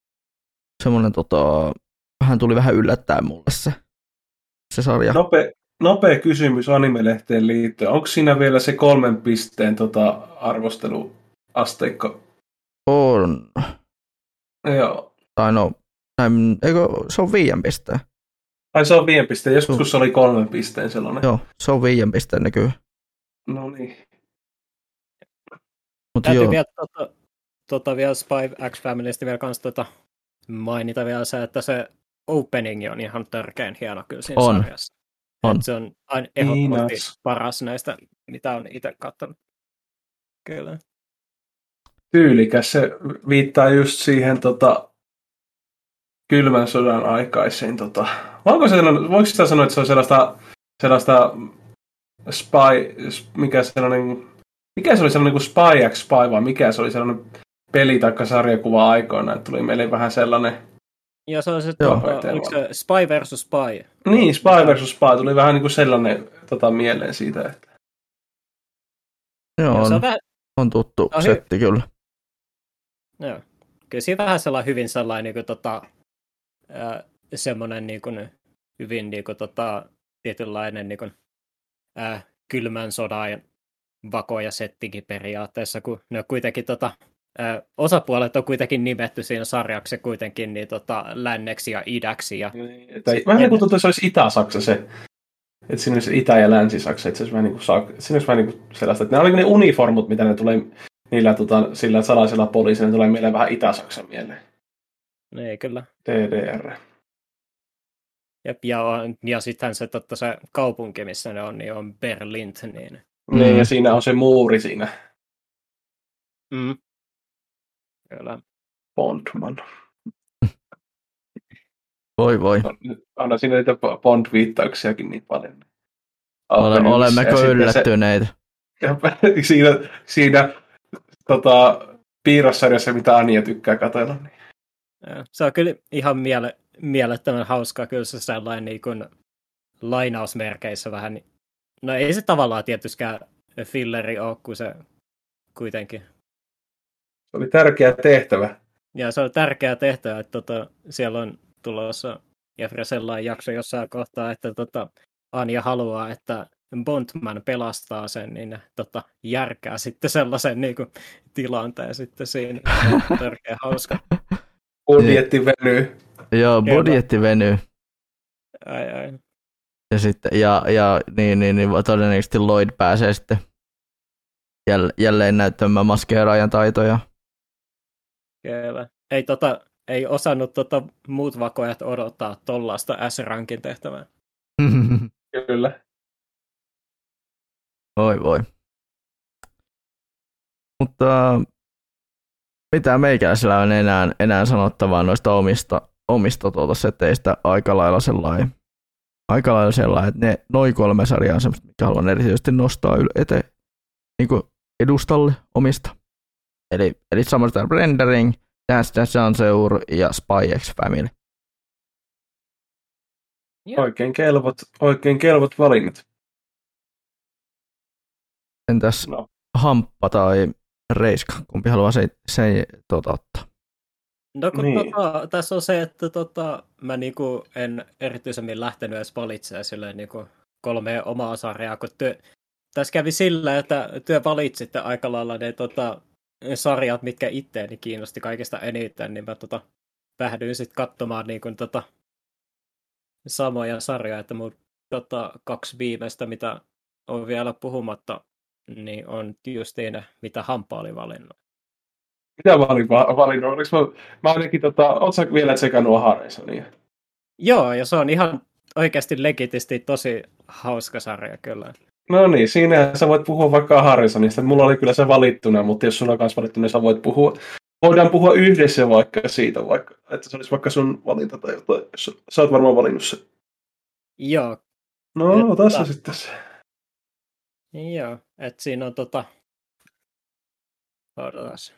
vähän tuli vähän yllättäen mulle se sarja.
Nopea kysymys anime-lehteen liittyen. Onko siinä vielä se 3 pisteen arvosteluasteikko?
On.
Joo.
Tai no, eikö se on 5 pisteen?
Ai se on 5 pisteen, joskus se oli 3 pisteen sellainen.
Joo, se on 5 pisteen nykyään.
No niin.
Täytyy vielä vielä Spy X Familystä vielä kans mainita vielä se, että se opening on ihan törkeän hieno kyllä siinä sarjassa.
On.
Se on aina ehdottomasti paras näistä, mitä on itse katsonut. Kyllä.
Tyylikäs, se viittaa just siihen kylmän sodan aikaisiin. Voiko sitä sanoa, että se on sellaista mikä se oli sellainen kuin Spy X Spy, vai mikä se oli sellainen peli- tai sarjakuva aikoina, että tuli meille vähän sellainen.
Ja se on se, oliko se Spy versus Spy?
Niin, Spy versus Spy, tuli vähän niin kuin sellainen mieleen siitä, että.
Joo, on tuttu setti kyllä.
Joo, kyllä siinä vähän sellainen hyvin sellainen niin kuin, semmoinen niin kuin, hyvin niin kuin, tietynlainen niin kuin, kylmän sodan vakoja settikin periaatteessa, kun ne on kuitenkin osapuolet on kuitenkin nimetty siinä sarjaksi kuitenkin niin, länneksi ja idäksi. Ja
vähän niin kuin se olisi Itä-Saksa se, että siinä olisi Itä- ja Länsi-Saksa, että se olisi vähän niin kuin sellaista, että ne oli ne uniformut, mitä ne tulee niillä sillä salaisella poliisilla, ne tulee mieleen vähän Itä-Saksan mieleen.
Niin, kyllä.
DDR.
Jep, ja sittenhän se kaupunki, missä ne on, niin on Berlin.
Niin, ja siinä on se muuri siinä.
Kyllä.
Bondman.
Voi.
Anna siinä niitä Bond-viittauksiakin niin paljon.
Olemmeko yllättyneitä?
Siinä piirrossarjassa, mitä Anja tykkää katsella. Niin.
Se on kyllä ihan mielettömän hauskaa, kyllä se sellainen niin kuin lainausmerkeissä vähän. No ei se tavallaan tietyskään filleri ole, kun se kuitenkin.
Se oli tärkeä tehtävä.
Ja se on tärkeä tehtävä, että siellä on tulossa Jeffrey sellainen jakso jossain kohtaa, että Anja haluaa, että Bondman pelastaa sen, niin järkää sitten sellaisen niin kuin, tilanteen sitten siinä. Se on tärkeä hauska.
Budjetti venyy.
Joo, budjetti venyy.
Ai.
Ja sitten, niin, todennäköisesti Lloyd pääsee sitten jälleen näyttämään maskeeraajan taitoja.
Kyllä. Ei osannut muut vakojat odottaa tollaista S-rankin tehtävää.
Kyllä.
Voi. Mutta mitä meikäläisellä on enää sanottavaa noista omista seteistä aika lailla sellainen, että ne noin 3 sarjaa on semmoista, mikä haluan erityisesti nostaa niin kuin edustalle omista. Eli Summer Rendering, Dance Dance Danceur ja Spy X Family.
Oikein kelvot valinnat.
Entäs Hamppa tai Reiska? Kumpi haluaa se ottaa?
No kun niin. Tässä on se, että mä niinku en erityisemmin lähtenyt edes valitsemaan silleen niinku 3 omaa sarjaa, kun tässä kävi sillä, että työ valitsitte aika lailla ne sarjat, mitkä itteeni kiinnosti kaikista eniten, niin mä päädyin sitten katsomaan niinku samoja sarjoja, että mun 2 viimeistä, mitä on vielä puhumatta, niin on justiin ne, mitä Hamppa oli valinnut.
Mitä mä olin valinnut? Mä ainakin, ootko vielä tsekannut Harrisonia?
Joo, ja se on ihan oikeasti legitisti tosi hauska sarja kyllä.
No niin, siinähän sä voit puhua vaikka Harrisonista. Mulla oli kyllä se valittuna, mutta jos sulla on kanssa valittu, niin sä voit puhua. Voidaan puhua yhdessä vaikka siitä, että se olisi vaikka sun valinta tai jotain, jos sä oot varmaan valinnut sen.
Joo.
No, tässä sitten se.
Joo, että siinä on odotas,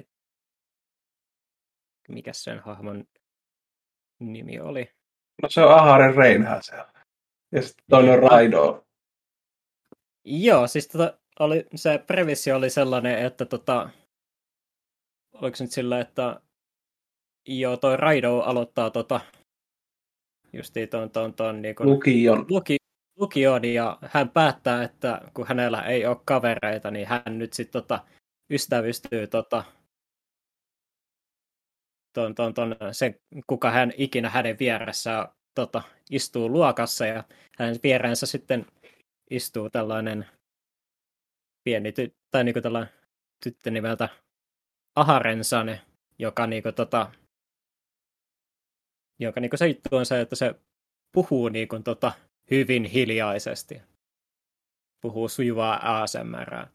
mikä sen hahmon nimi oli?
No se on Aharen Reinhän se on. Ja sitten toinen on Raido.
Joo, siis se premissi oli sellainen, että oliko se nyt sillä, että joo, toi Raido aloittaa justiin ton niin kuin lukion, ja hän päättää, että kun hänellä ei ole kavereita, niin hän nyt sitten ystävystyy sen, kuka hän ikinä hänen vieressään istuu luokassa, ja hänen vierensä sitten istuu tällainen pieni tai niinku tällainen tyttö nimeltä Aharensane, joka niinku jonka niinku se juttu on se, että se puhuu niinku hyvin hiljaisesti. Puhuu sujuvaa ASMRää.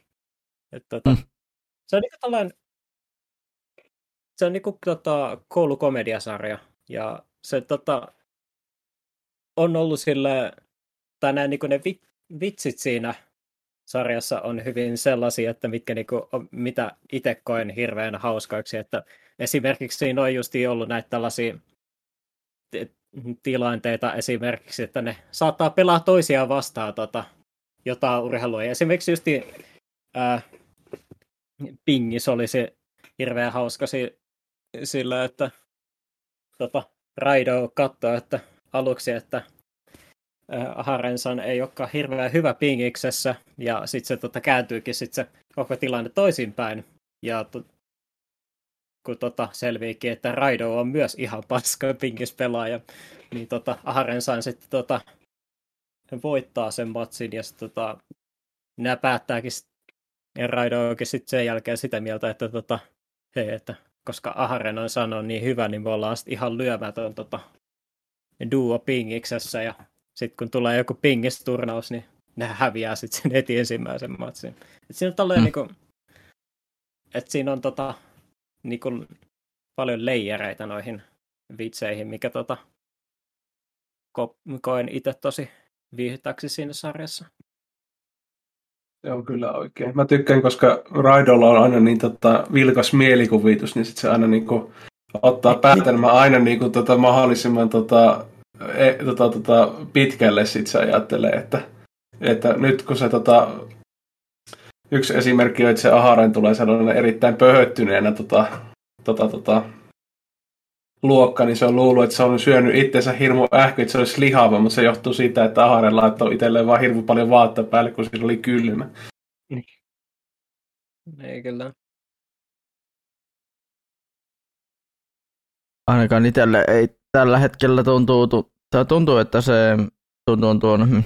Se on niinku tällainen se on niinku koulukomediasarja, ja se on ollut sille, tai niinku ne vitsit siinä sarjassa on hyvin sellaisia, että mitä itse koen hirveän hauskaiksi, että esimerkiksi siinä on justiin ollut näitä tällaisia tilanteita esimerkiksi, että ne saattaa pelaa toisiaan vastaan jotain urheilua. Ja esimerkiksi justiin pingis olisi hirveän hauska sillä, että Raido katsoo, että aluksi, että Harensan ei olekaan hirveän hyvä pingiksessä, ja sitten se kääntyykin se koko tilanne toisinpäin, ja kun selviikin, että Raido on myös ihan paska pingispelaaja, niin Harensan sitten voittaa sen matsin, ja sitten nämä päättääkin, ja Raido onkin sitten sen jälkeen sitä mieltä, että hei, että koska Aharen on sanonut niin hyvä, niin me ollaan sitten ihan lyömätön duo pingiksessä, ja sitten kun tulee joku pingisturnaus, niin ne häviää sitten sen heti ensimmäisen matsin. Et siinä on tolleen että siinä on niinku paljon leijereitä noihin vitseihin, mikä koen itse tosi viihdyttäväksi siinä sarjassa.
Se on kyllä oikein. Mä tykkään, koska Raidolla on aina niin vilkas mielikuvitus, niin sit se aina niinku ottaa päätelmä aina niinku mahdollisimman pitkälle sit se ajattelee, että nyt kun se yksi esimerkki on, että se Aharen tulee sellainen erittäin pöhöttyneenä luokka, niin se on luullut, että se on syönyt itsensä hirmu ähky, että se olisi lihava, mutta se johtuu siitä, että Aharen laittoi itselleen vaan hirmu paljon vaatetta päälle, kun sillä oli kylmä.
Ei kyllä.
Ainakaan itselle ei tällä hetkellä tuntuu, että se tuntuu tuon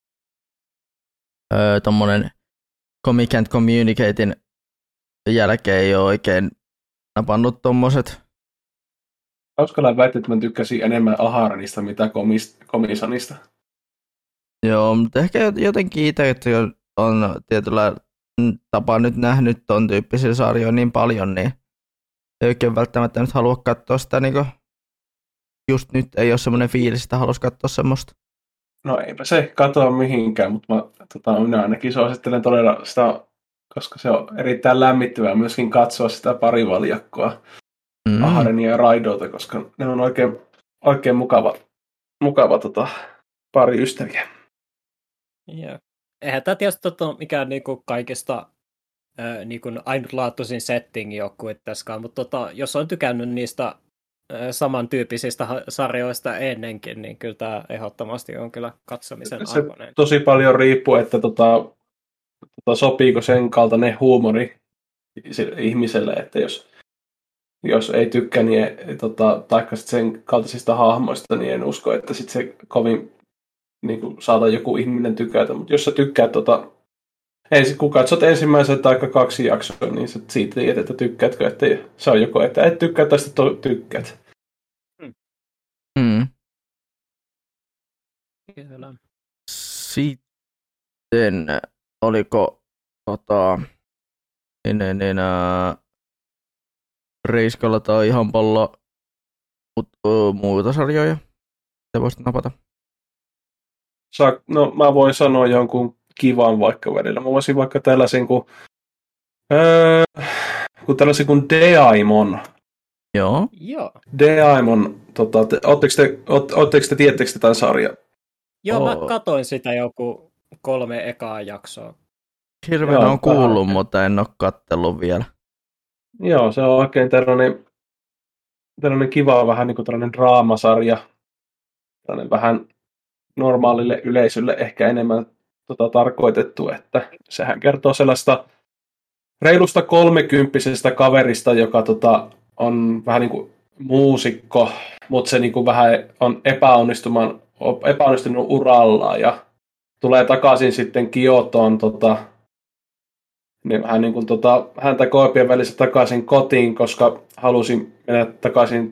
tommonen Comic and Communicatein jälkeen ei ole oikein napannut tommoset.
Hauskalla väittää, että mä tykkäsin enemmän Aharanista mitä Komisanista.
Joo, mutta ehkä jotenkin itse, että on tietyllä tapaa nyt nähnyt ton tyyppisiä sarjoja niin paljon, niin ei oikein välttämättä nyt halua katsoa sitä, niin just nyt ei ole semmoinen fiilis, että haluaisi katsoa semmoista.
No eipä se katoa mihinkään, mutta minä ainakin suosittelen todella sitä, koska se on erittäin lämmittävää myöskin katsoa sitä parivaljakkoa Aharenia ja Raidota, koska ne on oikein mukava pari ystäviä.
Joo. Eihän tämä tietysti mikään niinku kaikista niinku ainutlaatuisin settingi ole kuitenkaan, mutta jos on tykännyt niistä samantyyppisistä sarjoista ennenkin, niin kyllä tämä ehdottomasti on kyllä katsomisen arvoinen.
Tosi paljon riippuu, että sopiiko sen kaltainen huumori ihmiselle, että jos ei tykkää niin, taikka sen kaltaisista hahmoista, niin en usko, että sit se kovin niin saada joku ihminen tykätä. Mutta jos sä tykkäät, kun katsot ensimmäisen tai 2 jaksoa, niin sä siitä tiedät, että tykkäätkö, että se on joko, että et tykkää tai sitten tykkäät.
Kyllä.
Sitten oliko Reiskalla tai ihan pallo muuta sarjoja? Te voisit napata.
No, mä voin sanoa jonkun kivan vaikka välillä. Mä voisin vaikka tällaisen kuin Deaimon.
Joo.
Deaimon, ootteko te tiedättekö te tämän sarjan?
Joo, mä katoin sitä joku 3 ekaa jaksoa.
Hirveän on kuullut, mutta en ole kattellut vielä.
Joo, se on oikein tällainen kiva, vähän niin kuin tällainen draamasarja. Tällainen vähän normaalille yleisölle ehkä enemmän tarkoitettu, että sehän kertoo sellaista reilusta 30-vuotiaasta kaverista, joka on vähän niin kuin muusikko, mutta se niin kuin vähän on epäonnistunut urallaan ja tulee takaisin sitten Kiotoon niin vähän niin kuin häntä koipien välissä takaisin kotiin, koska halusi mennä takaisin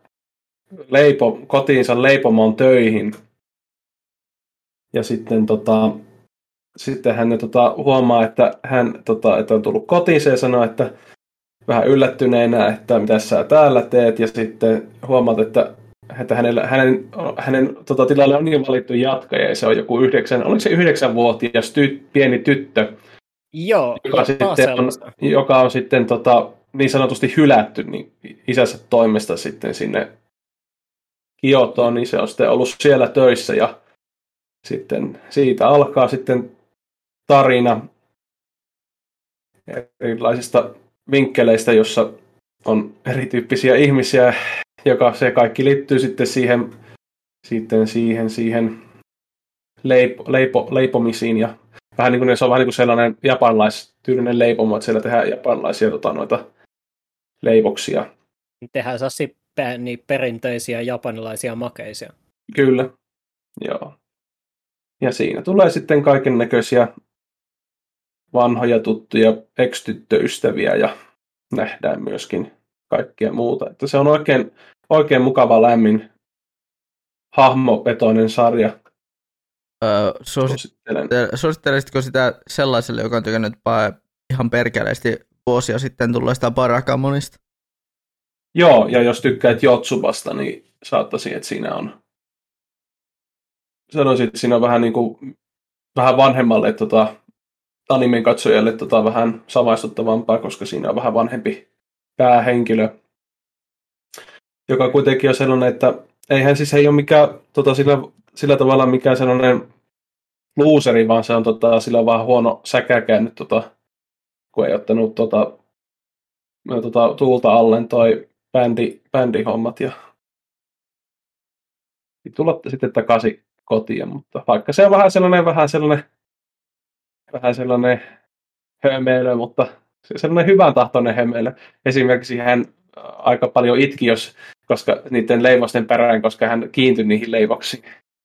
kotiinsa leipomoon töihin. Ja sitten sitten hän huomaa, että hän että on tullut kotiin ja sanoo, että vähän yllättyneenä, että mitä sä täällä teet, ja sitten huomaat, että hänen tilalle on niin valittu jatkaja, ja se on joku 9-vuotias pieni tyttö,
Joo,
joka on sitten niin sanotusti hylätty niin isänsä toimesta sitten sinne Kiotoon, niin se on sitten ollut siellä töissä, ja sitten siitä alkaa sitten tarina erilaisista vinkkeleistä, jossa on erityyppisiä ihmisiä, joka se kaikki liittyy sitten siihen leipomisiin, ja vähän niin kuin se on vähän niin kuin sellainen japanlaistyylinen leipomo, että siellä tehdään japanlaisia noita leivoksia.
Tehdään niin perinteisiä japanilaisia makeisia.
Kyllä, joo. Ja siinä tulee sitten kaiken näköisiä vanhoja tuttuja ex-tyttöystäviä ja nähdään myöskin kaikkea muuta. Että se on oikein mukava, lämmin, hahmopetoinen sarja.
Suosittelisitko sitä sellaiselle, joka on tykännyt ihan perkeleesti vuosia sitten tulleesta Barakamonista?
Joo, ja jos tykkäät Jotsubasta, niin saattaisin, että siinä on. Sanoisin, että siinä on vähän, niin kuin, vähän vanhemmalle animen katsojalle vähän samaistuttavampaa, koska siinä on vähän vanhempi päähenkilö, joka kuitenkin on sellainen, että eihän siis ei ole mikään sillä tavalla mikään sellainen looseri, vaan se on sillä on vähän huono säkäkäännyt, kun ei ottanut tuulta allen toi bändihommat ja tulla sitten takaisin kotiin, mutta vaikka se on vähän sellainen hömeilö, mutta se on sellainen hyvän tahtoinen hömeilö. Esimerkiksi hän aika paljon itki, koska niiden leivosten perään, koska hän kiintyi niihin leivoksiin.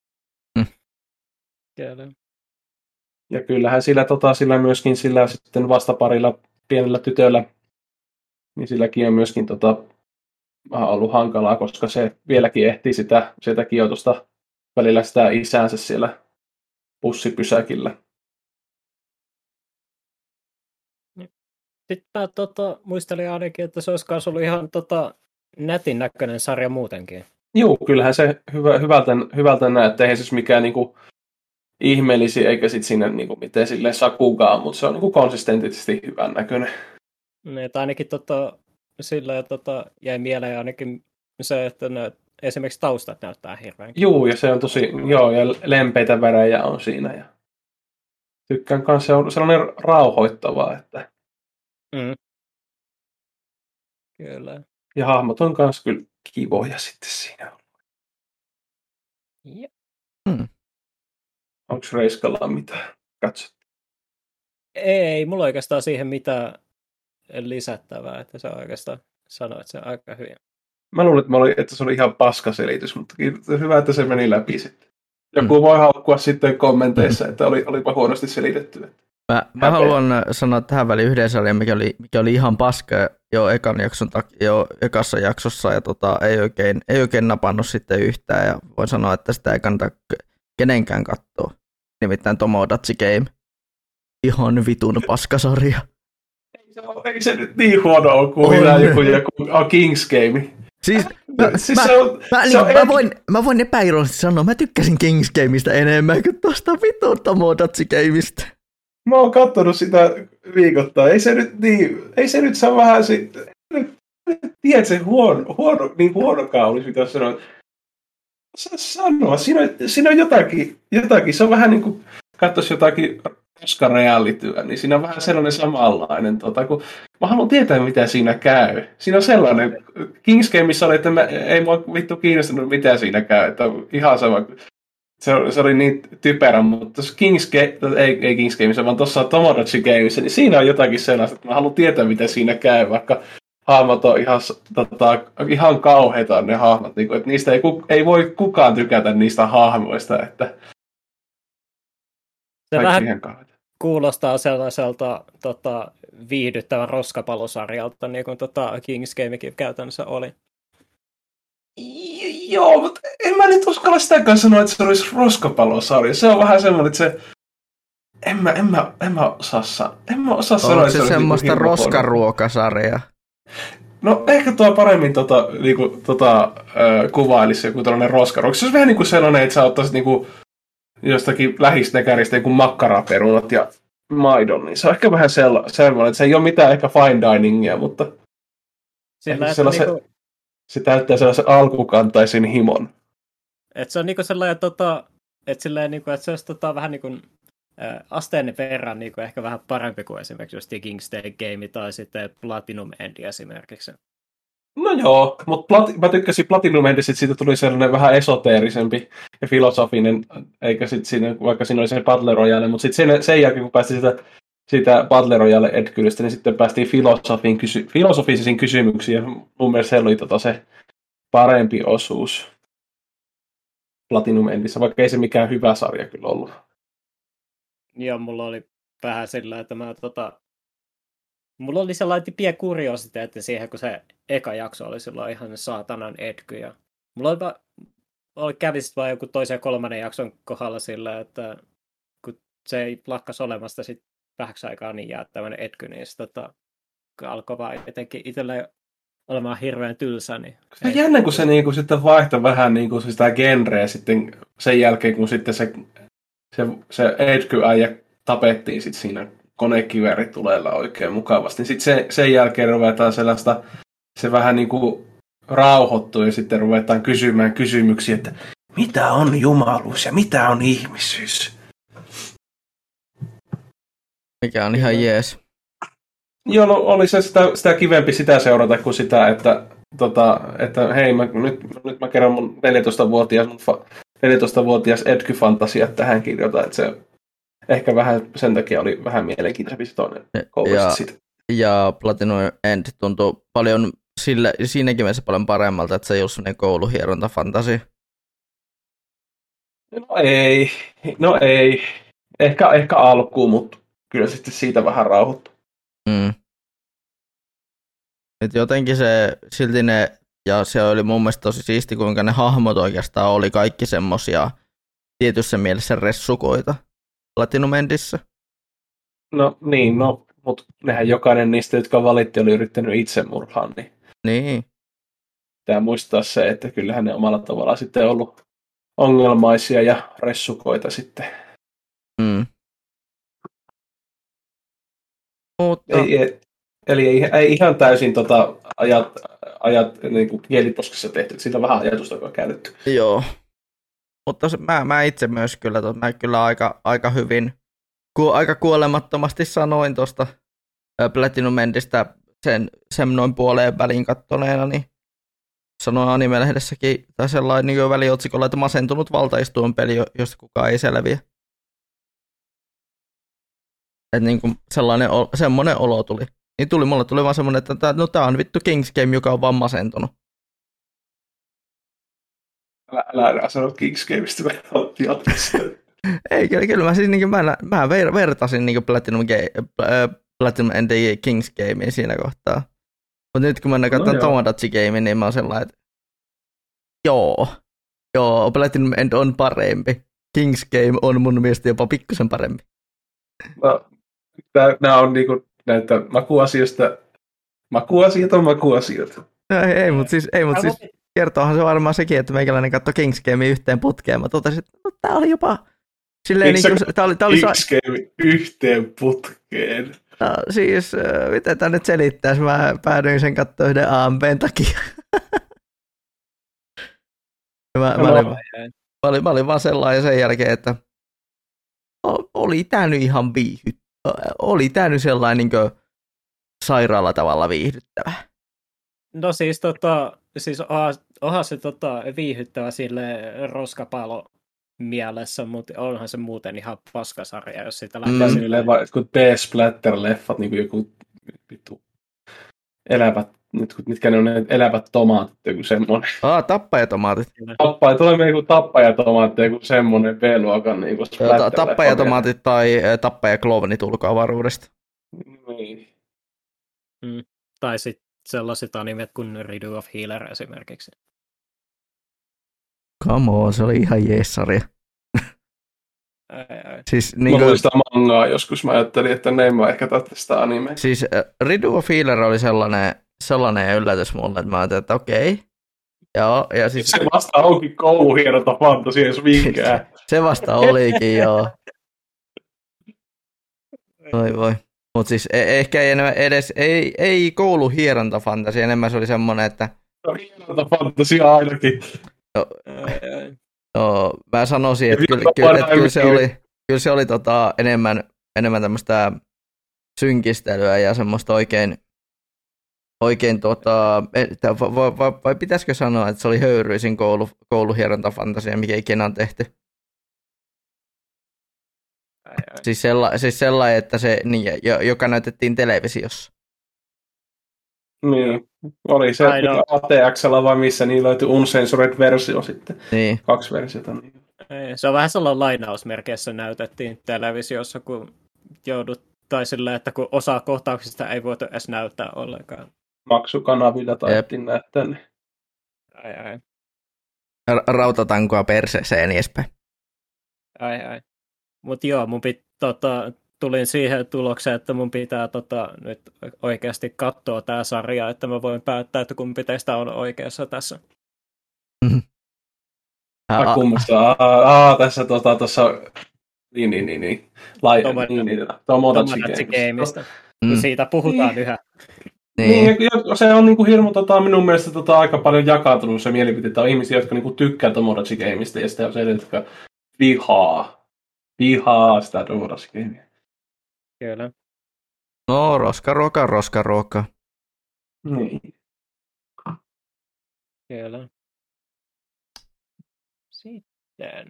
Ja kyllähän sillä myöskin sillä sitten vastaparilla pienellä tytöllä, niin silläkin on myöskin ollut hankalaa, koska se vieläkin ehtii sieltä Kiotosta välillä sitä isäänsä siellä bussipysäkillä.
Sitten mä muistelin ainakin, että se olisi myös ollut ihan nätin näköinen sarja muutenkin.
Joo, kyllähän se hyvältä näyttää. Eihän siis mikään niinku ihmeellisi, eikä sitten siinä niinku mitään silleen sakukaan, mutta se on niinku konsistentisesti hyvän näköinen.
Että ainakin silleen jäi mieleen ainakin se, että esimerkiksi taustat näyttää hirveän.
Joo, ja se on ja lempeitä värejä on siinä. Ja tykkään kanssa, se on sellainen rauhoittavaa, että
Kyllä.
ja hahmot on kanssa kyllä kivoja sitten siinä.
Ja.
Onko Reiskalla mitään katsottu?
Ei, mulla oikeastaan siihen mitään lisättävää, että se oikeastaan sanoi, että se on aika hyvin.
Mä luulin, että se oli ihan paskaselitys, mutta hyvä, että se meni läpi sitten. Joku voi haukkua sitten kommenteissa, että olipa huonosti selitetty.
Mä haluan sanoa tähän väliin yhden sarjan, mikä oli ihan paska jo ekassa jaksossa ja ei oikein napannut sitten yhtään ja voin sanoa, että sitä ei kannata kenenkään katsoa. Nimittäin Tomodachi Game. Ihan vitun paskasarja.
Ei se nyt niin huono ole kuin joku King's Game.
Siis mä voin epäiroisesti sanoa, mä tykkäsin Kings Gameista enemmän kuin tuosta vitun Tomodachi Gameista.
Mä oon kattonut sitä viikoittain. Ei se nyt saa vähän tiedät se huonokaan olisi, mitä sanoa. Sanoa, siinä on jotakin. Se on vähän niin kuin katsoisi jotakin Oscar realityä, niin siinä on vähän sellainen samanlainen, kun mä haluan tietää, mitä siinä käy. Siinä on sellainen, Kings Gameissa oli, että ei mua vittu kiinnostunut, mitä siinä käy, että ihan sama. Se oli niin typerä, mutta tuossa ei Kings Gameissa, vaan tuossa Tomodachi Gameissa, niin siinä on jotakin sellaista, että mä haluan tietää, mitä siinä käy, vaikka hahmot on ihan kauheita ne hahmot, niin kuin, että niistä ei voi kukaan tykätä niistä hahmoista, että
se vähän kuulostaa sellaiselta viihdyttävän roskapalosarjalta, niin kuin Kings Gamekin käytännössä oli.
Joo, mutta en mä nyt uskalla sitäkään sanoa, että se olisi roskapalosarja. Se on vähän semmoinen, että se En mä osaa sanoa,
että se on semmoista roskaruokasarjaa.
No ehkä tuo paremmin kuvailisi joku tällainen roskaruoka. Se olisi vähän niin kuin sellainen, että sä ottaisit niinku jostakin lähistekäristä niin makkaraperunat ja maidon. Niin se on ehkä vähän sellainen, että se ei ole mitään ehkä fine diningia, mutta se täyttää sellaisen alkukantaisin himon.
Että se on niinku sellainen, että se olisi vähän niin kuin asteen verran niin ehkä vähän parempi kuin esimerkiksi just King's Game tai sitten Platinum End esimerkiksi.
No joo, mutta mä tykkäsin Platinum Endistä, että siitä tuli sellainen vähän esoteerisempi ja filosofinen, eikä sitten siinä, vaikka siinä oli se Battle Royale, mutta sitten sen jälkeen, kun päästiin siitä Battle Royale Edgyllistä, niin sitten päästiin filosofisiin kysymyksiin, ja mun mielestä se oli se parempi osuus Platinum Endissä, vaikka ei se mikään hyvä sarja kyllä ollut.
Joo, mulla oli vähän sillä, että mulla oli sellainen pieni kuriositeetti siihen, kun se eka jakso oli silloin ihan saatanan edgy. Ja mulla kävi sitten vaan joku toisen ja kolmannen jakson kohdalla sillä, että kun se ei lakkas olemasta sitten vähäksi aikaa niin jäättävän edgy, niin sitten alkoi vaan jotenkin itselleen olemaan hirveän tylsä. Niin
se on jännä, kun se niinku sitten vaihtoi vähän niinku sitä genreä sitten sen jälkeen, kun sitten se edgy-äijä tapettiin sitten siinä konekivääritulella oikein mukavasti. Sitten sen jälkeen ruvetaan sellaista, se vähän niin kuin rauhoittuu ja sitten ruvetaan kysymään kysymyksiä, että mitä on jumaluus ja mitä on ihmisyys?
Mikä on ihan jees.
Joo, no oli se sitä kivempi sitä seurata kuin sitä, että hei, nyt mä kerron mun 14-vuotias edgy-fantasiat tähän kirjoitan, että se ehkä vähän sen takia oli vähän mielenkiintoisempi se toinen koulusta siitä.
Ja Platinum End tuntuu paljon siinäkin mielessä paljon paremmalta, että se ei ole sellainen kouluhieronta-fantasia.
No ei. Ehkä alkuun, mutta kyllä sitten siitä vähän rauhoittuu.
Et jotenkin se silti ja se oli mun mielestä tosi siisti, kuinka ne hahmot oikeastaan oli kaikki semmosia tietyssä mielessä ressukoita Platinum Endissä.
No niin, mutta nehän jokainen niistä, jotka valitti, oli yrittänyt itsemurhaan.
Niin.
Pitää muistaa se, että kyllähän ne omalla tavallaan sitten ollut ongelmaisia ja ressukoita sitten.
Mutta
Eli ei ihan täysin ajat niin kuin kieliposkessa tehty, sillä on vähän ajatusta, joka on käytetty.
Joo, mutta mä itse myös kyllä aika hyvin, aika kuolemattomasti sanoin tuosta Platinum Endistä sen noin puoleen väliin kattoneena, niin sanoin anime-lehdessäkin, tai sellainen niin väliotsikolla, että masentunut valtaistuon peli, josta kukaan ei selviä. Että niin kuin semmoinen olo tuli. Niin mulle tuli vaan semmoinen, että tää on vittu Kings Game, joka on vaan masentunut.
Älä sano Kings Gameista, mä jatkossa.
Ei, kyllä mä siis mä vertasin niin Platinum End Kings Gameen siinä kohtaa. Mutta nyt kun mä katson Tomodachi Game, niin mä oon sellainen, että joo, Platinum End on parempi. Kings Game on mun mielestä jopa pikkusen parempi.
No, nämä on niinku näitä makuasioita.
No ei, siis kertoohan se varmaan sekin, että meikäläinen katsoi Kings Gamea yhteen putkeen. Mä totesin, että no, tää oli jopa silleen tää oli
Kings Game yhteen putkeen.
No, siis, miten tää nyt selittäisi? Mä päädyin sen katsoa yhden AMPn takia. Mä olin vaan sellainen sen jälkeen, että oli tää nyt ihan oli tää nyt sellainen niin kuin sairaalla tavalla viihdyttävä.
No siis, onhan se viihdyttävä sille roskapalo mielessä, mutta onhan se muuten ihan paskasarja, jos sitä lähtee
silleen. Kun T-splatter-leffat, niin kuin joku vittu elävät, mitkä ne on ne elävät tomaatit, joku semmoinen.
Tappajatomaatit.
Tulee joku tappajatomaatti, joku semmoinen B-luokan niin
tappajatomaatit tai tappajaklovnit ulkoavaruudesta.
Niin.
Tai sitten sellaiset animet kuin Riddle of Healer esimerkiksi.
Come on, se oli ihan jees-sarja. Siis, niin
mä luin sitä mangaa joskus, mä ajattelin, että ne en mä ehkä tarvitse sitä animea.
Siis Riddle of Healer oli sellainen yllätys mulle, että mä ajattelin, että okei. Joo, ja siis...
Se vasta onkin kouluhienota fantasia, jos minkään.
Se vasta olikin, joo. Voi. Mutta siis ehkä ei edes, ei kouluhieronta fantasia, enemmän se oli semmoinen, että...
No hieronta fantasia ainakin.
Joo, mä sanoisin, että kyllä se oli enemmän tämmöistä synkistelyä ja semmoista oikein vai pitäisikö sanoa, että se oli höyryisin kouluhierontafantasia, mikä ikinä on tehty. Siis sellainen, että se, niin, joka näytettiin televisiossa.
Niin, oli se ATX:llä vai missä, niin löytyi uncensored versio sitten.
Niin.
2 versiota. Niin.
Se on vähän sellainen lainausmerkeissä näytettiin televisiossa, kun tai silleen, että kun osa kohtauksista ei voitu edes näyttää ollenkaan.
Maksukanavilla taidettiin näyttää ne.
Ai.
Rautatankoa perseeseen ja niin edespäin.
Ai. Mutta joo, tulin siihen tulokseen, että mun pitää nyt oikeasti katsoa tää sarja, että mä voin päättää, että kumpi teistä on oikeassa tässä.
Tässä tuossa niin.
Tomodachi Gameista. Siitä puhutaan yhä.
Niin, se on niinku hirmu minun mielestä aika paljon jakautunut se mielipiteitä. On ihmisiä, jotka niinku tykkää Tomodachi Gameista ja sitten on se, jotka vihaa sitä Tomodachi Gamea.
Kyllä.
No, roskaruoka.
Niin.
Kyllä. Sitten.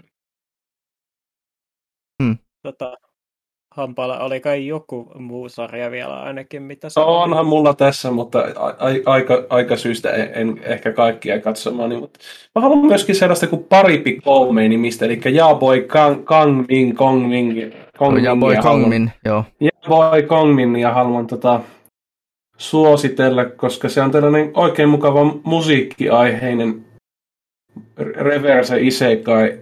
Hampaalla oli kai joku muu sarja vielä ainakin, mitä se
onhan mulla tässä, mutta aika syystä en ehkä kaikkia katsomaan. Mutta mä haluan myöskin sellaista kuin Paripi Koumei nimistä, eli Yaboy Kongmin.
Yaboy Kongmin, joo.
Yaboy Kongmin, ja haluan suositella, koska se on tällainen oikein mukava musiikkiaiheinen reverse isekai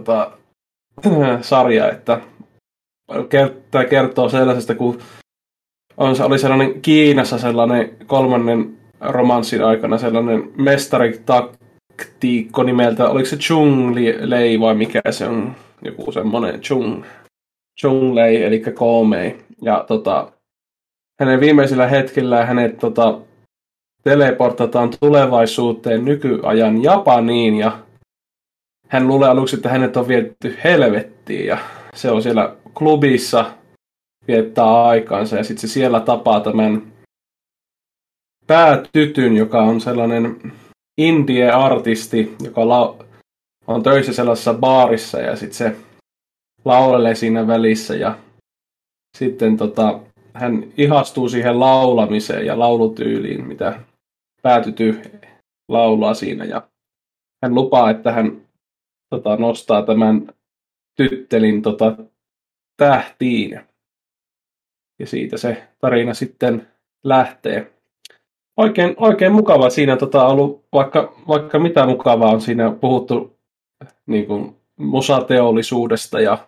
sarja, että tämä kertoo sellaisesta, kun oli sellainen Kiinassa sellainen 3. romanssin aikana sellainen mestaritaktiikko nimeltä, oliko se Chung Lei vai mikä se on, joku semmoinen Chung Lei, eli Koumei. Ja hänen viimeisillä hetkillä hänet teleportataan tulevaisuuteen nykyajan Japaniin, ja hän luulee aluksi, että hänet on vietty helvettiin, ja se on siellä klubissa viettää aikaansa, ja sitten se siellä tapaa tämän päätytyn, joka on sellainen indie-artisti, joka on töissä sellaisessa baarissa, ja sitten se laulelee siinä välissä, ja sitten hän ihastuu siihen laulamiseen ja laulutyyliin, mitä päätyty laulaa siinä, ja hän lupaa, että hän nostaa tämän tyttelin tähtiin. Ja siitä se tarina sitten lähtee. Oikein mukava siinä on ollut, vaikka mitä mukavaa on siinä puhuttu niin kuin musateollisuudesta ja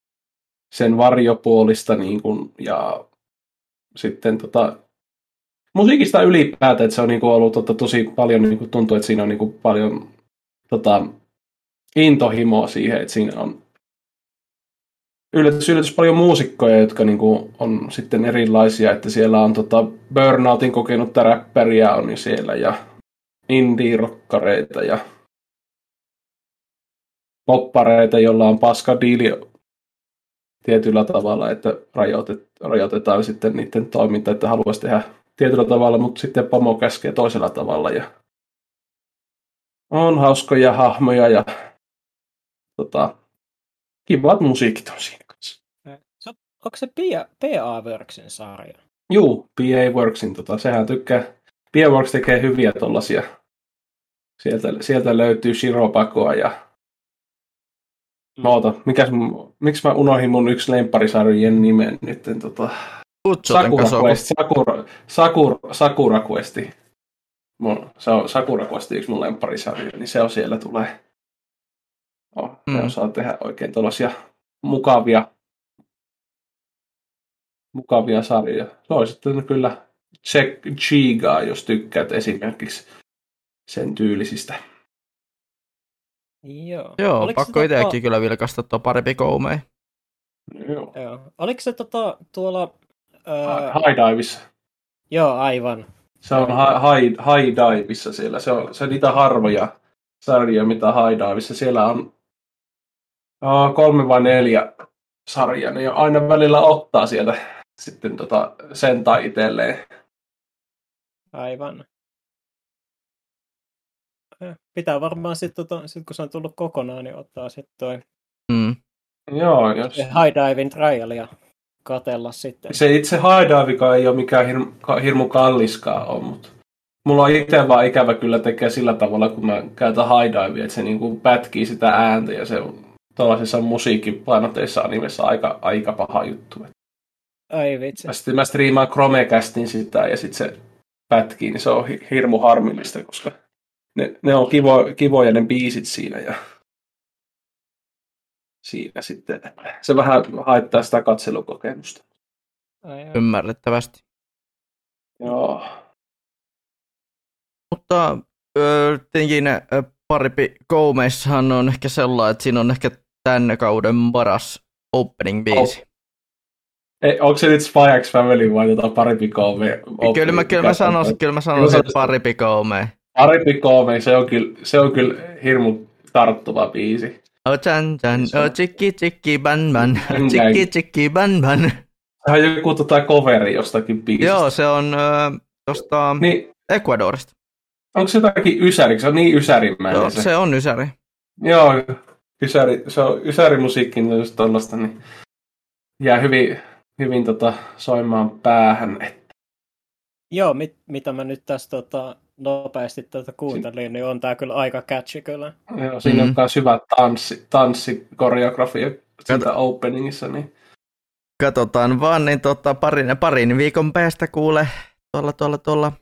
sen varjopuolista niin kuin, ja sitten musiikista ylipäätään, että se on niinku ollut tosi paljon, niinku, tuntuu, että siinä on niinku paljon intohimoa siihen, että siinä on yllätys paljon muusikkoja, jotka niinku on sitten erilaisia, että siellä on Burnoutin kokenutta räppäriä on siellä ja indie-rokkareita ja poppareita, jolla on paska diili tietyllä tavalla, että rajoitetaan sitten niiden toiminta, että haluaisi tehdä tietyllä tavalla, mutta sitten pomo käskee toisella tavalla. Ja on hauskoja hahmoja ja kivat musiikit on siinä kanssa.
Onko se PA Worksin sarja?
Juu, PA Worksin. Sehän tykkää. PA Works tekee hyviä tollasia. Sieltä löytyy Shiropakoa ja miksi mä unohdin mun yksi lempparisarjojen nimen nyt? Sakura Questi. Se on Sakura Questi yksi mun lempparisarja, niin se on siellä tulee. Ne osaa tehdä oikein tuollaisia mukavia sarjoja. Se on sitten kyllä Check Chigaa, jos tykkäät esimerkiksi sen tyylisistä.
Joo, pakko itseäkin kyllä vilkaista tuo parempi koumei.
Joo. Oliko se tuolla...
High Divessa.
Joo, aivan.
Se on High Divessa siellä. Se on niitä harvoja sarjoja, mitä High Divessa. Siellä on 3 vai 4 sarjaa. Ne aina välillä ottaa sieltä sitten sentai itselleen.
Aivan. Pitää varmaan sitten, kun se on tullut kokonaan, niin ottaa sitten toi
Joo, jos...
High Diving Trialia katella sitten.
Se itse High Divikaan ei ole mikään hirmu kalliskaan ole, mutta mulla on itse vaan ikävä kyllä tekee sillä tavalla, kun mä käytän High Divea, että se niinku pätkii sitä ääntä ja se on tuollaisissa musiikkipainotteissa animessa aika paha juttu.
Ai vitsi.
Mä striimaan Chromecastin sitä ja sitten se pätkii, niin se on hirmu harmillista, koska ne on kivoja ne biisit siinä ja siinä sitten se vähän haittaa sitä katselukokemusta.
Ymmärrettävästi.
Joo.
Mutta tietenkin parempi koumeissahan on ehkä sellainen, että siinä on ehkä tämän kauden paras opening-biisi.
Onko se nyt Spy X Family vai parempi koume?
Kyllä mä sanoisin, että parempi koumei.
Parempi koumei, se on kyllä hirmu tarttuva biisi.
Chan chan, chikki ban ban, chikki ban ban.
Se on joku coveri jostakin biisistä.
Joo, se on tosta Ecuadorista.
Onko se jotakin ysäri? Se on niin ysärimäinen.
Joo, se on ysäri.
Joo, se on ysärimusiikki, tollaista, niin jää hyvin soimaan päähän.
Joo, mitä mä nyt tässä nopeasti kuuntelin, niin on tää kyllä aika catchy kyllä.
Joo, siinä on myös hyvä tanssikoreografia sitä openingissa. Niin.
Katsotaan vaan, niin parin viikon päästä kuule tuolla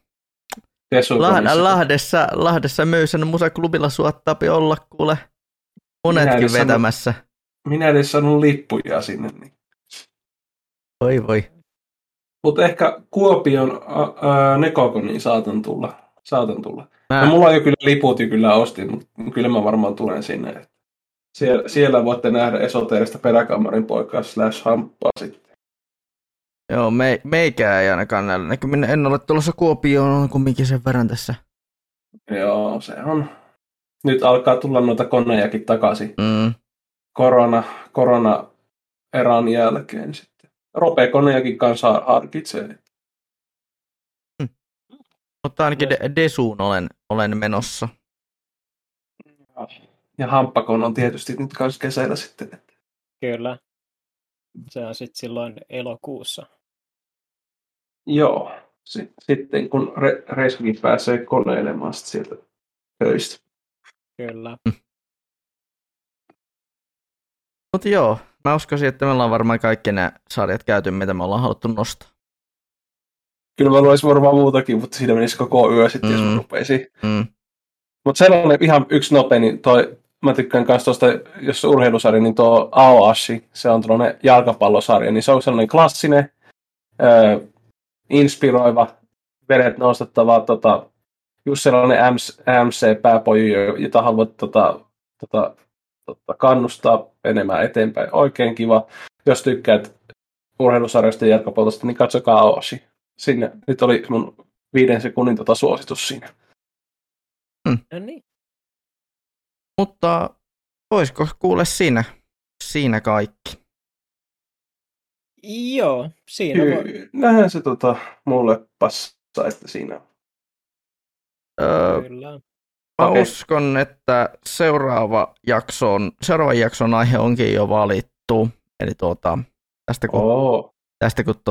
Lahdessa Möysän musaklubilla suottaapi olla kuule monetkin vetämässä.
Minä edes saanut lippuja sinne. Niin.
Voi.
Mutta ehkä Kuopion Nekokoniin saatan tulla. No, mulla on jo kyllä liput ja kyllä ostin, mutta kyllä mä varmaan tulen sinne. Siellä voitte nähdä esoteerista peräkammarin poikaa /hamppaa sitten.
Joo, meikää ei ainakaan näillä näkymin. En ole tulossa Kuopioon kumminkin sen verran tässä.
Joo, se on. Nyt alkaa tulla noita konejakin takaisin. Korona-eran jälkeen sitten. Rope-konejakin kanssa harkitsee.
Mutta ainakin Desuun olen menossa.
Ja Hamppakon on tietysti nyt kanssa kesällä sitten.
Kyllä. Se on sitten silloin elokuussa.
Joo. Sitten kun Reiskin pääsee koneilemaan sieltä töistä.
Kyllä.
Mutta joo, mä uskoisin, että me ollaan varmaan kaikki nämä sarjat käyty, mitä me ollaan haluttu nostaa.
Kyllä mä luisin varmaan muutakin, mutta siinä menisi koko yö sitten, jos mä rupeaisin. Mutta sellainen ihan yksi nopea, niin mä tykkään myös tuosta, jos on urheilusarja, niin tuo Aoashi, se on tuollainen jalkapallosarja, niin se on sellainen klassinen, inspiroiva, vedet nostettavaa just sellainen MC-pääpoju, jota haluat kannustaa enemmän eteenpäin. Oikein kiva. Jos tykkäät urheilusarjasta ja jalkapallosta, niin katsokaa Oosi. Sinne. Nyt oli mun 5 sekunnin suositus siinä.
No niin.
Mutta olisiko kuule siinä kaikki?
Joo, siinä voi.
Nähän se mulle passaa, että siinä on.
Kyllä.
Mä uskon, että seuraavan jakson aihe onkin jo valittu. Eli tästä kun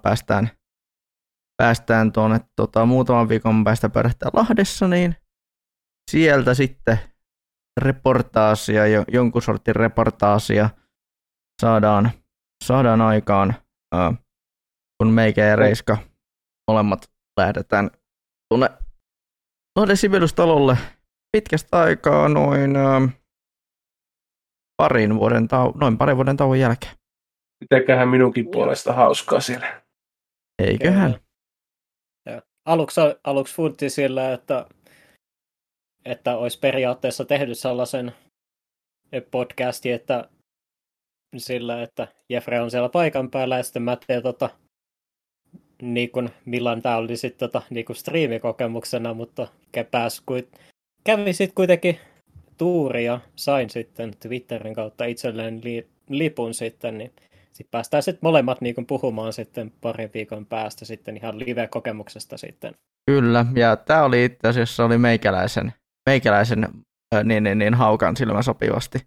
päästään tuonne muutaman viikon päästä pöydähtää Lahdessa, niin sieltä sitten reportaasia, jonkun sortin reportaasia saadaan aikaan, kun meikä ja Reiska molemmat lähdetään tuonne Lahden Sibeliustalolle pitkästä aikaa noin parin vuoden tauon jälkeen.
Mitenköhän minunkin puolesta hauskaa siellä.
Eiköhän.
Ja aluksi funtti sillä, että olisi periaatteessa tehnyt sellaisen podcastin, että sillä, että Jeffrey on siellä paikan päällä ja sitten mä teen niin kuin milloin tämä oli sitten niin kuin striimikokemuksena, mutta kävi sitten kuitenkin tuuri ja sain sitten Twitterin kautta itselleen lipun sitten, niin sitten päästään sitten molemmat niin kuin puhumaan sitten parin viikon päästä sitten ihan live-kokemuksesta sitten. Kyllä,
ja tämä oli itse asiassa meikäläisen niin haukan silmä sopivasti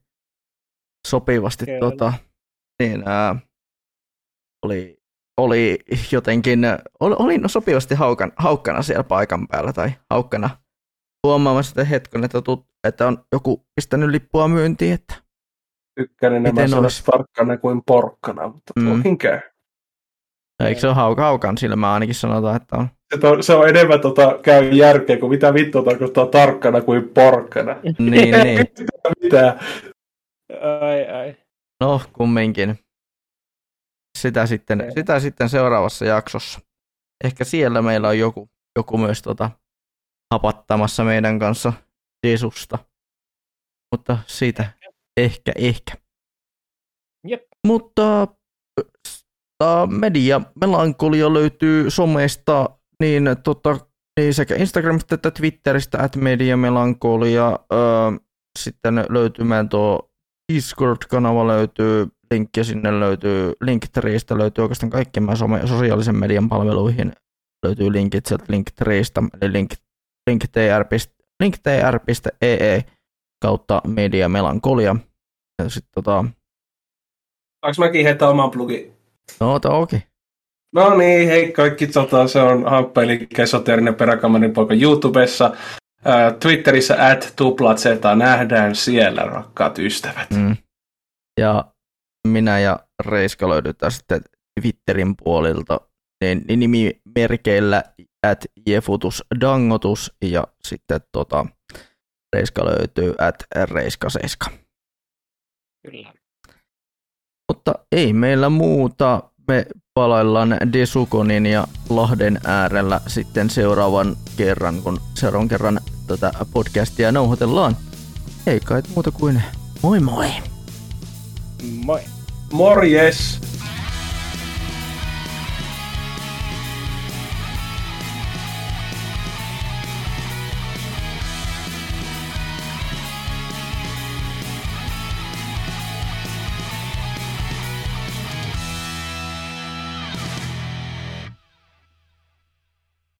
oli jotenkin, oli sopivasti haukkana siellä paikan päällä, tai haukkana huomaamassa sitä hetken, että on joku pistänyt lippua myyntiin, että
Tykkään nämä sanoisi tarkkana kuin porkkana, mutta tuokin käy.
Eikö se ole haukan silmää ainakin sanotaan, että on?
Se on enemmän käy järkeä kuin mitä vittua tarkoittaa tarkkana kuin porkkana.
Niin.
Mitä?
Ai.
No, kumminkin. Sitä sitten seuraavassa jaksossa. Ehkä siellä meillä on joku myös hapattamassa meidän kanssa Jeesusta. Mutta siitä ehkä.
Jep.
Mutta media melankolia löytyy somesta niin sekä Instagramista että Twitteristä @mediamelankolia. Sitten löytyy meidän tuo Discord-kanava löytyy, linkki sinne löytyy, Linktreestä löytyy oikeastaan kaikkien meidän sosiaalisen median palveluihin löytyy linkit sieltä Linktreestä, eli linktr.ee kautta mediamelankolia. Ja sitten
Saanko mäkin heittää oman plugin?
No, toki.
No niin, hei kaikki, se on Hamppa, eli esoteerinen peräkamarin poika YouTubessa. Twitterissä @tuplatzeta, nähdään siellä, rakkaat ystävät.
Ja minä ja Reiska löydetään sitten Twitterin puolilta niin nimimerkeillä @jefutusdangotus ja sitten Reiska löytyy @reiskaseiska.
Kyllä.
Mutta ei meillä muuta. Me palaillaan Desukonin ja Lahden äärellä sitten seuraavan kerran tätä podcastia nauhoitellaan. Ei kai muuta kuin moi moi!
Moi!
Morjes!